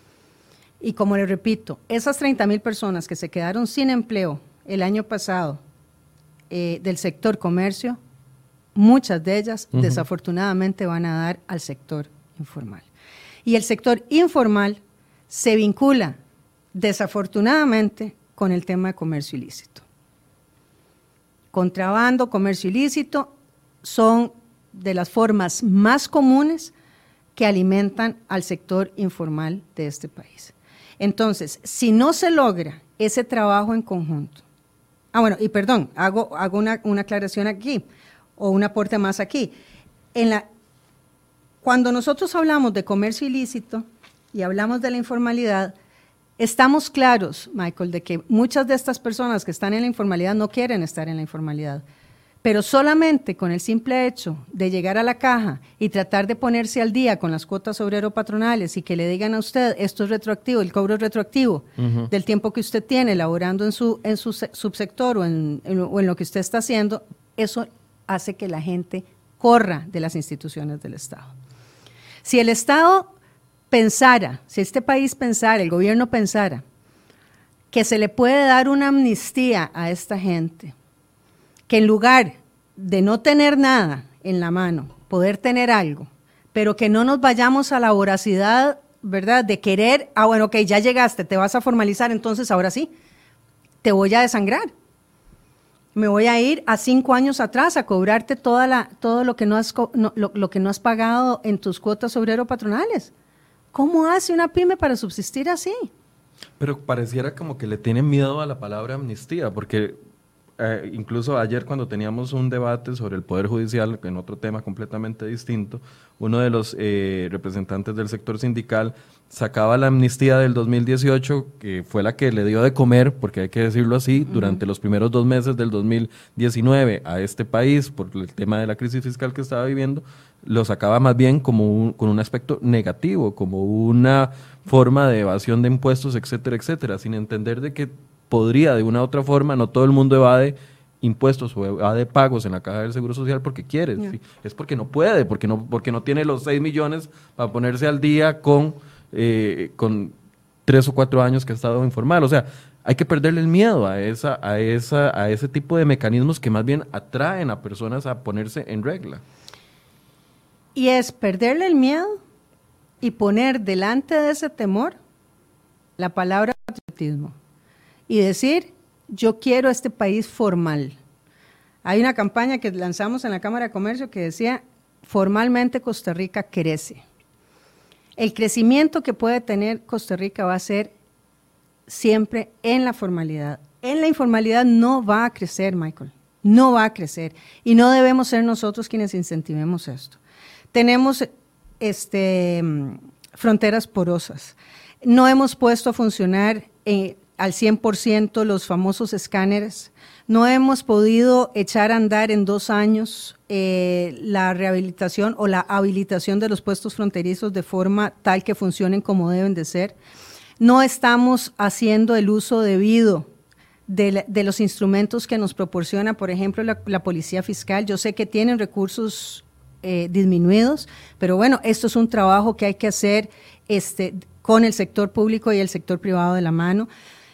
Y como le repito, esas treinta mil personas que se quedaron sin empleo el año pasado eh, del sector comercio, muchas de ellas uh-huh. desafortunadamente van a dar al sector informal. Y el sector informal se vincula desafortunadamente con el tema de comercio ilícito. Contrabando, comercio ilícito son de las formas más comunes que alimentan al sector informal de este país. Entonces, si no se logra ese trabajo en conjunto, ah bueno, y perdón, hago, hago una, una aclaración aquí, o un aporte más aquí. En la, cuando nosotros hablamos de comercio ilícito y hablamos de la informalidad, estamos claros, Michael, de que muchas de estas personas que están en la informalidad no quieren estar en la informalidad, pero solamente con el simple hecho de llegar a la caja y tratar de ponerse al día con las cuotas obrero-patronales y que le digan a usted, esto es retroactivo, el cobro es retroactivo uh-huh. del tiempo que usted tiene laborando en su, en su subsector o en, en, o en lo que usted está haciendo, eso hace que la gente corra de las instituciones del Estado. Si el Estado pensara, si este país pensara, el gobierno pensara, que se le puede dar una amnistía a esta gente, que en lugar de no tener nada en la mano, poder tener algo, pero que no nos vayamos a la voracidad, ¿verdad?, de querer, ah, bueno, ok, ya llegaste, te vas a formalizar, entonces ahora sí, te voy a desangrar. Me voy a ir a cinco años atrás a cobrarte toda la, todo lo que, no has, no, lo, lo que no has pagado en tus cuotas obrero-patronales. ¿Cómo hace una pyme para subsistir así? Pero pareciera como que le tienen miedo a la palabra amnistía, porque eh, incluso ayer cuando teníamos un debate sobre el Poder Judicial, en otro tema completamente distinto, uno de los eh, representantes del sector sindical sacaba la amnistía del dos mil dieciocho, que fue la que le dio de comer, porque hay que decirlo así, uh-huh. durante los primeros dos meses del dos mil diecinueve a este país, por el tema de la crisis fiscal que estaba viviendo, lo sacaba más bien como un, con un aspecto negativo, como una forma de evasión de impuestos, etcétera, etcétera, sin entender de que podría de una u otra forma, no todo el mundo evade impuestos o evade pagos en la caja del Seguro Social porque quiere, yeah. ¿sí? Es porque no puede, porque no, porque no tiene los seis millones para ponerse al día con, eh, con tres o cuatro años que ha estado informal. O sea, hay que perderle el miedo a, esa, a, esa, a ese tipo de mecanismos que más bien atraen a personas a ponerse en regla. Y es perderle el miedo y poner delante de ese temor la palabra patriotismo y decir, yo quiero este país formal. Hay una campaña que lanzamos en la Cámara de Comercio que decía, formalmente Costa Rica crece. El crecimiento que puede tener Costa Rica va a ser siempre en la formalidad. En la informalidad no va a crecer, Michael, no va a crecer. Y no debemos ser nosotros quienes incentivemos esto. Tenemos este, fronteras porosas. No hemos puesto a funcionar eh, al cien por ciento los famosos escáneres. No hemos podido echar a andar en dos años eh, la rehabilitación o la habilitación de los puestos fronterizos de forma tal que funcionen como deben de ser. No estamos haciendo el uso debido de, la, de los instrumentos que nos proporciona, por ejemplo, la, la Policía Fiscal. Yo sé que tienen recursos Eh, disminuidos, pero bueno, esto es un trabajo que hay que hacer este, con el sector público y el sector privado de la mano.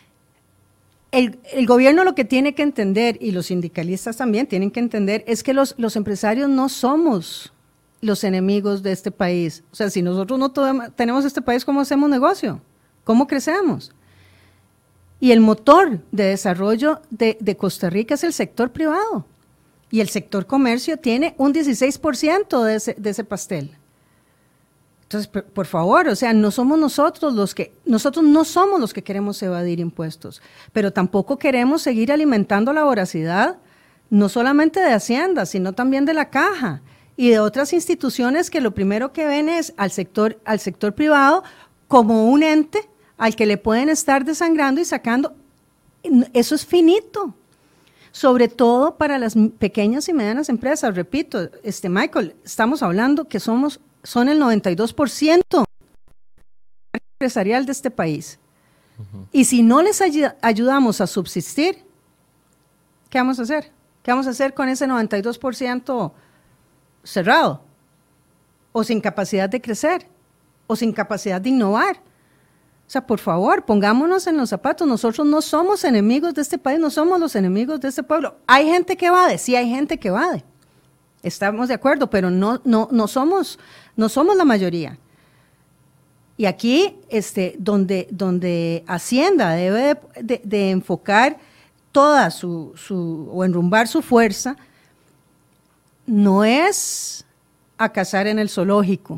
El, el gobierno lo que tiene que entender, y los sindicalistas también tienen que entender, es que los, los empresarios no somos los enemigos de este país. O sea, si nosotros no tenemos este país, ¿cómo hacemos negocio? ¿Cómo crecemos? Y el motor de desarrollo de, de Costa Rica es el sector privado. Y el sector comercio tiene un dieciséis por ciento de ese, de ese pastel. Entonces, por, por favor, o sea, no somos nosotros los que, nosotros no somos los que queremos evadir impuestos, pero tampoco queremos seguir alimentando la voracidad, no solamente de Hacienda, sino también de la Caja y de otras instituciones que lo primero que ven es al sector, al sector privado como un ente al que le pueden estar desangrando y sacando. Eso es finito, sobre todo para las pequeñas y medianas empresas. Repito, este Michael, estamos hablando que somos, son el noventa y dos por ciento empresarial de este país. Uh-huh. Y si no les ay- ayudamos a subsistir, ¿qué vamos a hacer? ¿Qué vamos a hacer con ese noventa y dos por ciento cerrado? O sin capacidad de crecer, o sin capacidad de innovar. O sea, por favor, pongámonos en los zapatos. Nosotros no somos enemigos de este país, no somos los enemigos de este pueblo. Hay gente que evade, sí hay gente que evade. Estamos de acuerdo, pero no, no, no, somos, no somos la mayoría. Y aquí, este, donde, donde Hacienda debe de, de, de enfocar toda su, su, o enrumbar su fuerza, no es a cazar en el zoológico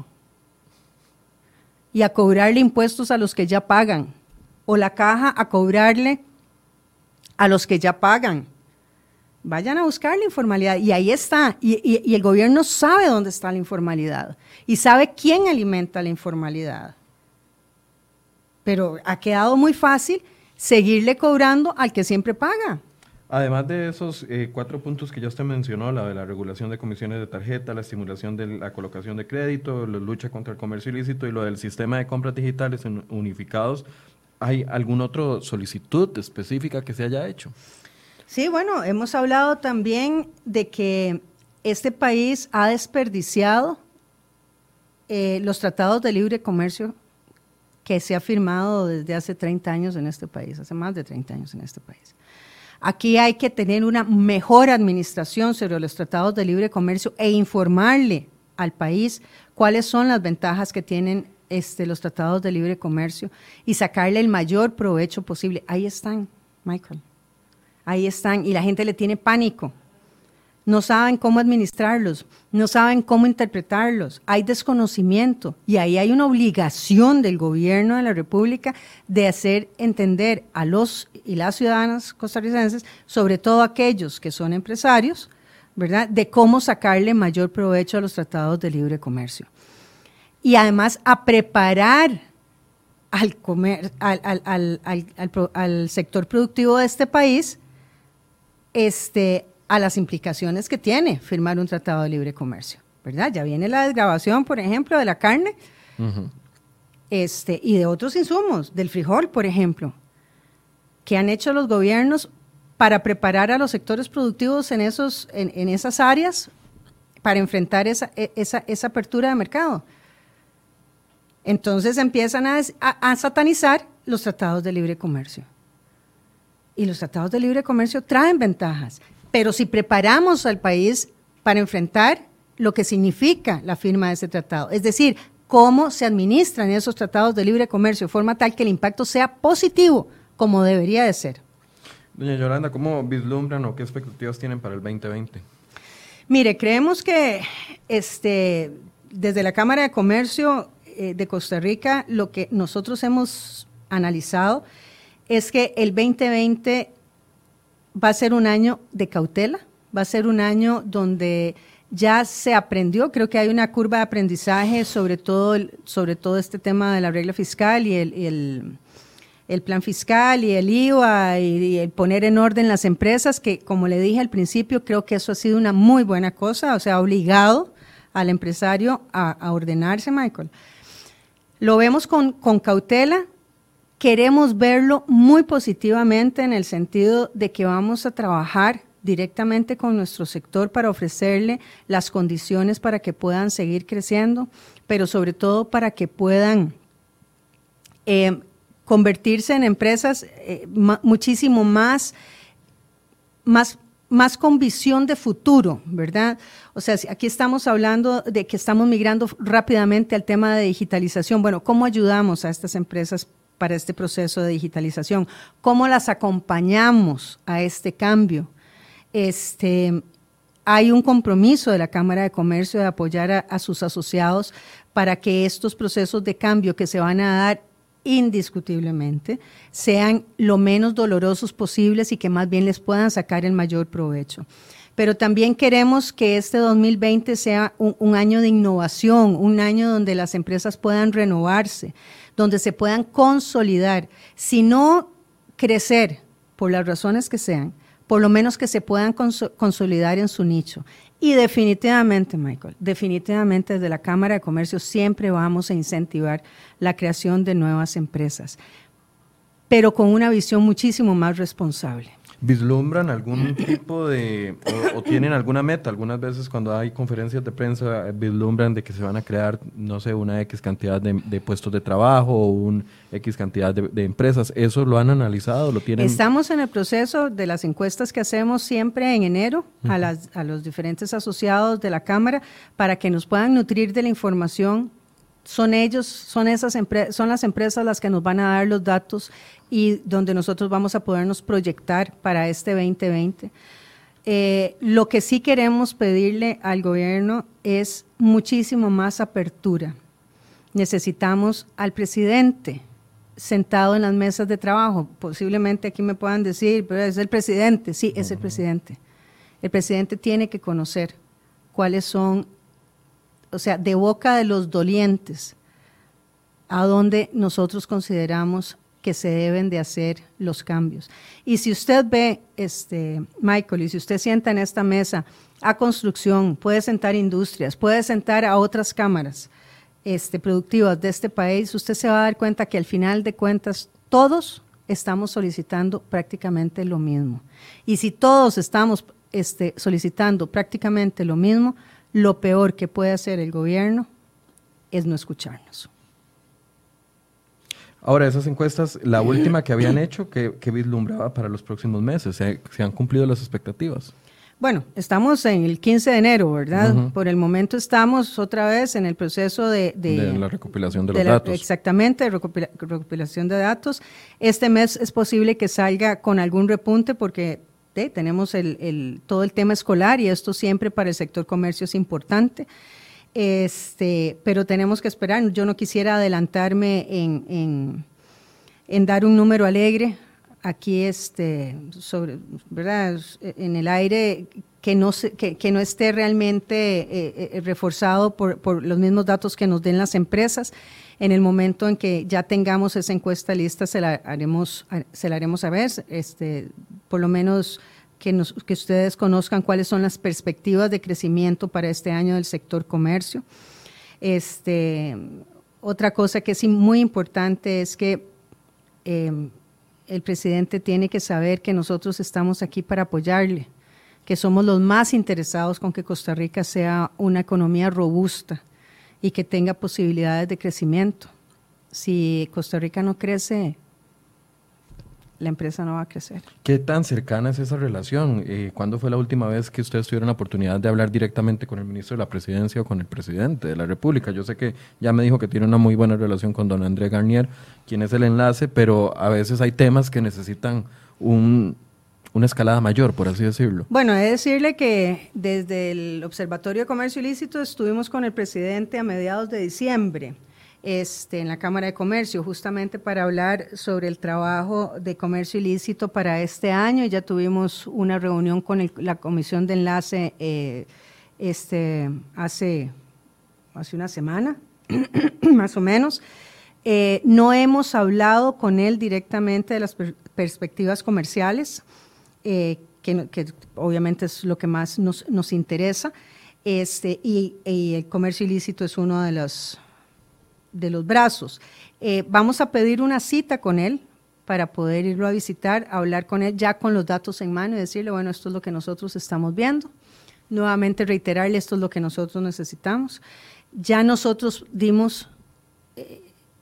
y a cobrarle impuestos a los que ya pagan, o la Caja a cobrarle a los que ya pagan. Vayan a buscar la informalidad, y ahí está, y, y, y el gobierno sabe dónde está la informalidad, y sabe quién alimenta la informalidad. Pero ha quedado muy fácil seguirle cobrando al que siempre paga. Además de esos eh, cuatro puntos que ya usted mencionó, la de la regulación de comisiones de tarjeta, la estimulación de la colocación de crédito, la lucha contra el comercio ilícito y lo del sistema de compras digitales unificados, ¿hay alguna otra solicitud específica que se haya hecho? Sí, bueno, hemos hablado también de que este país ha desperdiciado eh, los tratados de libre comercio que se ha firmado desde hace treinta años en este país, hace más de treinta años en este país. Aquí hay que tener una mejor administración sobre los tratados de libre comercio e informarle al país cuáles son las ventajas que tienen este, los tratados de libre comercio y sacarle el mayor provecho posible. Ahí están, Michael, ahí están, y la gente le tiene pánico. No saben cómo administrarlos, no saben cómo interpretarlos, hay desconocimiento y ahí hay una obligación del gobierno de la República de hacer entender a los y las ciudadanas costarricenses, sobre todo aquellos que son empresarios, ¿verdad?, de cómo sacarle mayor provecho a los tratados de libre comercio. Y además a preparar al, comer, al, al, al, al, al, al sector productivo de este país, este... a las implicaciones que tiene firmar un tratado de libre comercio, ¿verdad? Ya viene la desgravación, por ejemplo, de la carne, uh-huh. este, y de otros insumos, del frijol, por ejemplo, que han hecho los gobiernos para preparar a los sectores productivos en, esos, en, en esas áreas para enfrentar esa, esa, esa apertura de mercado. Entonces empiezan a, a, a satanizar los tratados de libre comercio. Y los tratados de libre comercio traen ventajas. Pero si preparamos al país para enfrentar lo que significa la firma de ese tratado, es decir, cómo se administran esos tratados de libre comercio de forma tal que el impacto sea positivo, como debería de ser. Doña Yolanda, ¿cómo vislumbran o qué expectativas tienen para el veinte veinte? Mire, creemos que este, desde la Cámara de Comercio eh, de Costa Rica, lo que nosotros hemos analizado es que el veinte veinte va a ser un año de cautela, va a ser un año donde ya se aprendió, creo que hay una curva de aprendizaje sobre todo, el, sobre todo este tema de la regla fiscal y el, y el, el plan fiscal y el I V A y, y el poner en orden las empresas, que como le dije al principio, creo que eso ha sido una muy buena cosa, o sea, ha obligado al empresario a, a ordenarse, Michael. Lo vemos con, con cautela. Queremos verlo muy positivamente en el sentido de que vamos a trabajar directamente con nuestro sector para ofrecerle las condiciones para que puedan seguir creciendo, pero sobre todo para que puedan eh, convertirse en empresas eh, ma- muchísimo más, más, más con visión de futuro, ¿verdad? O sea, aquí estamos hablando de que estamos migrando rápidamente al tema de digitalización. Bueno, ¿cómo ayudamos a estas empresas para este proceso de digitalización, cómo las acompañamos a este cambio. Este, hay un compromiso de la Cámara de Comercio de apoyar a, a sus asociados para que estos procesos de cambio que se van a dar indiscutiblemente sean lo menos dolorosos posibles y que más bien les puedan sacar el mayor provecho. Pero también queremos que este dos mil veinte sea un, un año de innovación, un año donde las empresas puedan renovarse, donde se puedan consolidar, si no crecer por las razones que sean, por lo menos que se puedan cons- consolidar en su nicho. Y definitivamente, Michael, definitivamente desde la Cámara de Comercio siempre vamos a incentivar la creación de nuevas empresas, pero con una visión muchísimo más responsable. ¿Vislumbran algún tipo de, o, o tienen alguna meta? Algunas veces cuando hay conferencias de prensa, vislumbran de que se van a crear, no sé, una X cantidad de, de puestos de trabajo o un X cantidad de, de empresas. ¿Eso lo han analizado? ¿Lo tienen? Estamos en el proceso de las encuestas que hacemos siempre en enero uh-huh. a, las, a los diferentes asociados de la Cámara para que nos puedan nutrir de la información. Son ellos, son esas empre- son las empresas las que nos van a dar los datos y donde nosotros vamos a podernos proyectar para este veinte veinte. Eh, lo que sí queremos pedirle al gobierno es muchísimo más apertura. Necesitamos al presidente sentado en las mesas de trabajo. Posiblemente aquí me puedan decir, pero es el presidente. Sí, es el presidente. El presidente tiene que conocer cuáles son, o sea, de boca de los dolientes, a dónde nosotros consideramos que se deben de hacer los cambios. Y si usted ve, este, Michael, y si usted sienta en esta mesa a construcción, puede sentar industrias, puede sentar a otras cámaras este, productivas de este país, usted se va a dar cuenta que al final de cuentas todos estamos solicitando prácticamente lo mismo. Y si todos estamos este, solicitando prácticamente lo mismo, lo peor que puede hacer el gobierno es no escucharnos. Ahora, esas encuestas, la última que habían hecho, ¿qué, qué vislumbraba para los próximos meses? ¿Se, ¿Se han cumplido las expectativas? Bueno, estamos en el quince de enero, ¿verdad? Uh-huh. Por el momento estamos otra vez en el proceso de... De, de la recopilación de, de los la, datos. Exactamente, recopila, recopilación de datos. Este mes es posible que salga con algún repunte porque eh, tenemos el, el, todo el tema escolar y esto siempre para el sector comercio es importante. Este, pero tenemos que esperar. Yo no quisiera adelantarme en, en, en dar un número alegre aquí este, sobre, ¿verdad? En el aire que no, se, que, que no esté realmente eh, eh, reforzado por, por los mismos datos que nos den las empresas. En el momento en que ya tengamos esa encuesta lista, se la haremos, se la haremos saber, este, por lo menos que, nos, que ustedes conozcan cuáles son las perspectivas de crecimiento para este año del sector comercio. Este, otra cosa que es muy importante es que eh, el presidente tiene que saber que nosotros estamos aquí para apoyarle, que somos los más interesados con que Costa Rica sea una economía robusta y que tenga posibilidades de crecimiento. Si Costa Rica no crece, la empresa no va a crecer. ¿Qué tan cercana es esa relación? Eh, ¿Cuándo fue la última vez que ustedes tuvieron la oportunidad de hablar directamente con el ministro de la Presidencia o con el presidente de la República? Yo sé que ya me dijo que tiene una muy buena relación con don André Garnier, quien es el enlace, pero a veces hay temas que necesitan un, una escalada mayor, por así decirlo. Bueno, he de decirle que desde el Observatorio de Comercio Ilícito estuvimos con el presidente a mediados de diciembre. Este, en la Cámara de Comercio, justamente para hablar sobre el trabajo de comercio ilícito para este año. Ya tuvimos una reunión con el, la Comisión de Enlace eh, este, hace, hace una semana, más o menos. Eh, no hemos hablado con él directamente de las per perspectivas comerciales, eh, que, que obviamente es lo que más nos, nos interesa, este, y, y el comercio ilícito es uno de los... de los brazos. Eh, vamos a pedir una cita con él para poder irlo a visitar, a hablar con él ya con los datos en mano y decirle, bueno, esto es lo que nosotros estamos viendo. Nuevamente reiterarle, esto es lo que nosotros necesitamos. Ya nosotros dimos eh,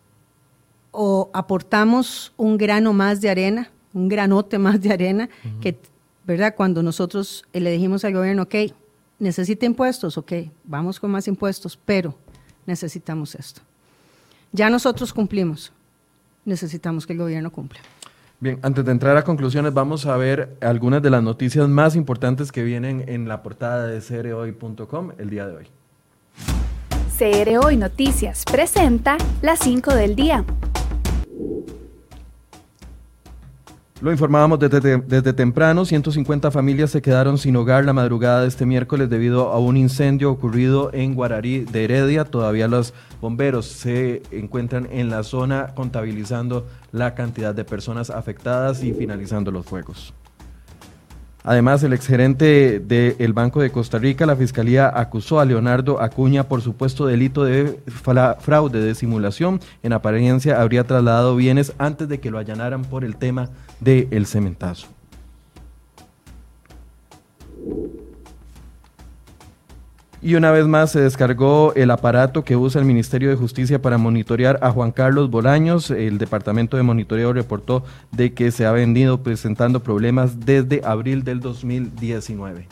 o aportamos un grano más de arena, un granote más de arena, uh-huh. que, ¿verdad? Cuando nosotros le dijimos al gobierno, ok, necesita impuestos, ok, vamos con más impuestos, pero necesitamos esto. Ya nosotros cumplimos, necesitamos que el gobierno cumpla. Bien, antes de entrar a conclusiones, vamos a ver algunas de las noticias más importantes que vienen en la portada de c r hoy punto com el día de hoy. C R Hoy Noticias presenta las cinco del día. Lo informábamos desde, desde temprano, ciento cincuenta familias se quedaron sin hogar la madrugada de este miércoles debido a un incendio ocurrido en Guararí de Heredia. Todavía los bomberos se encuentran en la zona contabilizando la cantidad de personas afectadas y finalizando los fuegos. Además, el exgerente del Banco de Costa Rica, la Fiscalía acusó a Leonardo Acuña por supuesto delito de fraude de simulación. En apariencia habría trasladado bienes antes de que lo allanaran por el tema del cementazo. Y una vez más se descargó el aparato que usa el Ministerio de Justicia para monitorear a Juan Carlos Bolaños. El Departamento de Monitoreo reportó de que se ha venido presentando problemas desde abril del dos mil diecinueve.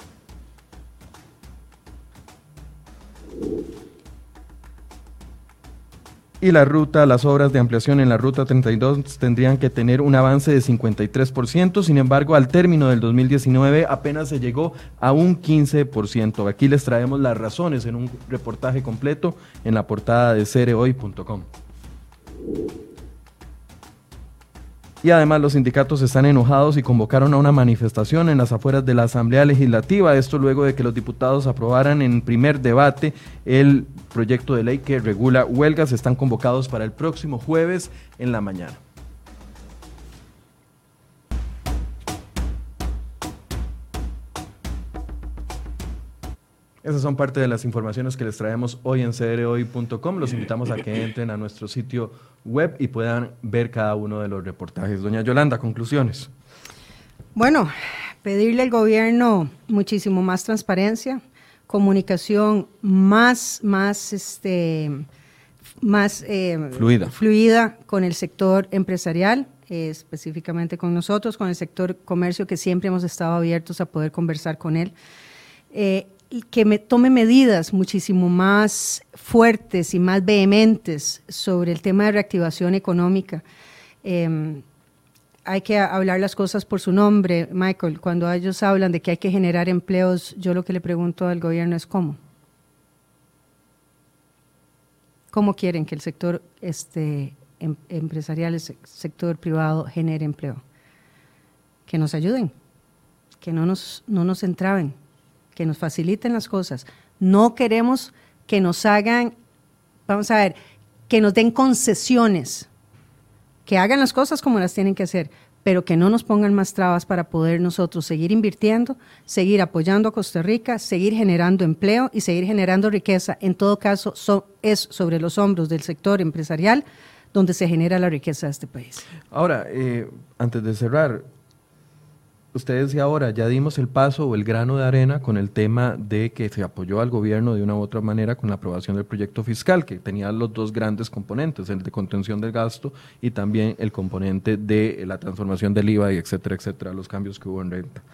Y la ruta, las obras de ampliación en la ruta treinta y dos tendrían que tener un avance de cincuenta y tres por ciento, sin embargo al término del dos mil diecinueve apenas se llegó a un quince por ciento. Aquí les traemos las razones en un reportaje completo en la portada de c r hoy punto com. Y además los sindicatos están enojados y convocaron a una manifestación en las afueras de la Asamblea Legislativa, esto luego de que los diputados aprobaran en primer debate el proyecto de ley que regula huelgas. Están convocados para el próximo jueves en la mañana. Esas son parte de las informaciones que les traemos hoy en c r hoy punto com. Los invitamos a que entren a nuestro sitio web y puedan ver cada uno de los reportajes. Doña Yolanda, conclusiones. Bueno, pedirle al gobierno muchísimo más transparencia, comunicación más, más, este, más eh, fluida. fluida con el sector empresarial, eh, específicamente con nosotros, con el sector comercio, que siempre hemos estado abiertos a poder conversar con él. Eh, que me tome medidas muchísimo más fuertes y más vehementes sobre el tema de reactivación económica. Eh, hay que hablar las cosas por su nombre, Michael. Cuando ellos hablan de que hay que generar empleos, yo lo que le pregunto al gobierno es ¿cómo? ¿Cómo quieren que el sector este, em, empresarial, el sector privado genere empleo? Que nos ayuden, que no nos, no nos entraben, que nos faciliten las cosas. No queremos que nos hagan, vamos a ver, que nos den concesiones, que hagan las cosas como las tienen que hacer, pero que no nos pongan más trabas para poder nosotros seguir invirtiendo, seguir apoyando a Costa Rica, seguir generando empleo y seguir generando riqueza. En todo caso, so, es sobre los hombros del sector empresarial donde se genera la riqueza de este país. Ahora, eh, antes de cerrar, usted decía ahora, ya dimos el paso o el grano de arena con el tema de que se apoyó al gobierno de una u otra manera con la aprobación del proyecto fiscal, que tenía los dos grandes componentes, el de contención del gasto y también el componente de la transformación del I V A y etcétera, etcétera, los cambios que hubo en renta.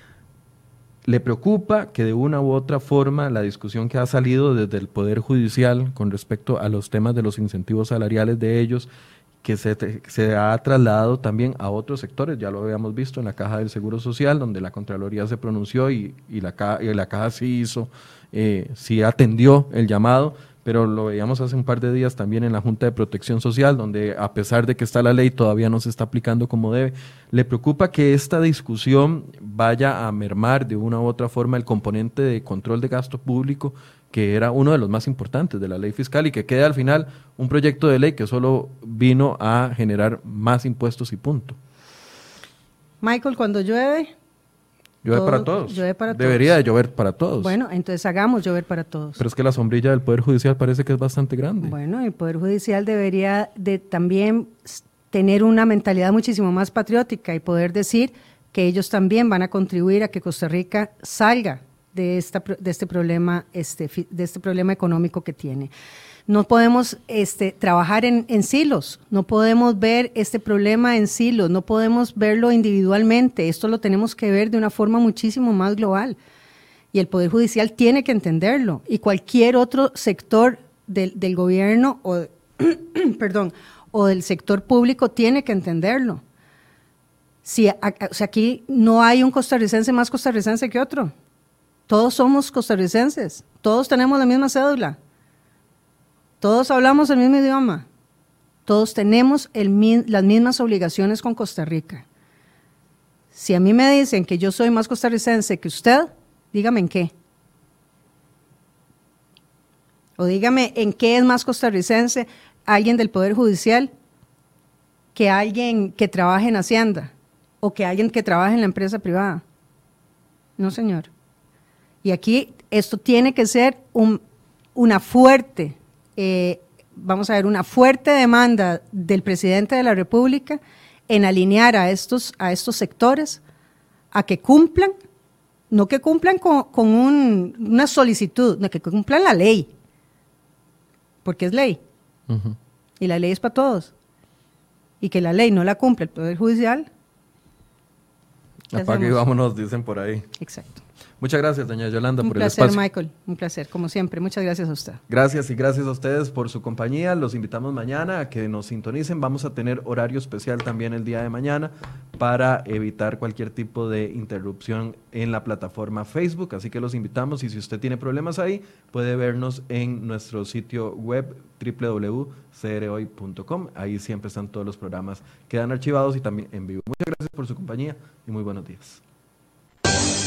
¿Le preocupa que de una u otra forma la discusión que ha salido desde el Poder Judicial con respecto a los temas de los incentivos salariales de ellos, que se, se ha trasladado también a otros sectores? Ya lo habíamos visto en la Caja del Seguro Social, donde la Contraloría se pronunció y, y, la, caja, y la Caja sí hizo, eh, sí atendió el llamado, pero lo veíamos hace un par de días también en la Junta de Protección Social, donde a pesar de que está la ley, todavía no se está aplicando como debe. ¿Le preocupa que esta discusión vaya a mermar de una u otra forma el componente de control de gasto público, que era uno de los más importantes de la ley fiscal, y que quede al final un proyecto de ley que solo vino a generar más impuestos y punto? Michael, cuando llueve... Llueve todo, para todos. Llueve para Debería todos. de llover para todos. Bueno, entonces hagamos llover para todos. Pero es que la sombrilla del Poder Judicial parece que es bastante grande. Bueno, el Poder Judicial debería de también tener una mentalidad muchísimo más patriótica y poder decir que ellos también van a contribuir a que Costa Rica salga de, esta, de, este, problema, este, de este problema económico que tiene. No podemos este, trabajar en, en silos, no podemos ver este problema en silos, no podemos verlo individualmente, esto lo tenemos que ver de una forma muchísimo más global. Y el Poder Judicial tiene que entenderlo, y cualquier otro sector del, del gobierno o, perdón, o del sector público tiene que entenderlo. Si, a, a, o sea, aquí no hay un costarricense más costarricense que otro. Todos somos costarricenses, todos tenemos la misma cédula, todos hablamos el mismo idioma, todos tenemos el, las mismas obligaciones con Costa Rica. Si a mí me dicen que yo soy más costarricense que usted, dígame en qué. O dígame en qué es más costarricense alguien del Poder Judicial que alguien que trabaje en Hacienda o que alguien que trabaje en la empresa privada. No, señor. Y aquí esto tiene que ser un, una fuerte, eh, vamos a ver, una fuerte demanda del presidente de la República en alinear a estos, a estos sectores a que cumplan, no que cumplan con, con un, una solicitud, no que cumplan la ley, porque es ley. Uh-huh. Y la ley es para todos. Y que la ley no la cumple el Poder Judicial. Apague y vámonos, dicen por ahí. Exacto. Muchas gracias, doña Yolanda, un por placer, el espacio. Michael, un placer, como siempre. Muchas gracias a usted. Gracias y gracias a ustedes por su compañía. Los invitamos mañana a que nos sintonicen. Vamos a tener horario especial también el día de mañana para evitar cualquier tipo de interrupción en la plataforma Facebook. Así que los invitamos y si usted tiene problemas ahí, puede vernos en nuestro sitio web doble u doble u doble u punto c r hoy punto com. Ahí siempre están todos los programas, quedan archivados y también en vivo. Muchas gracias por su compañía y muy buenos días.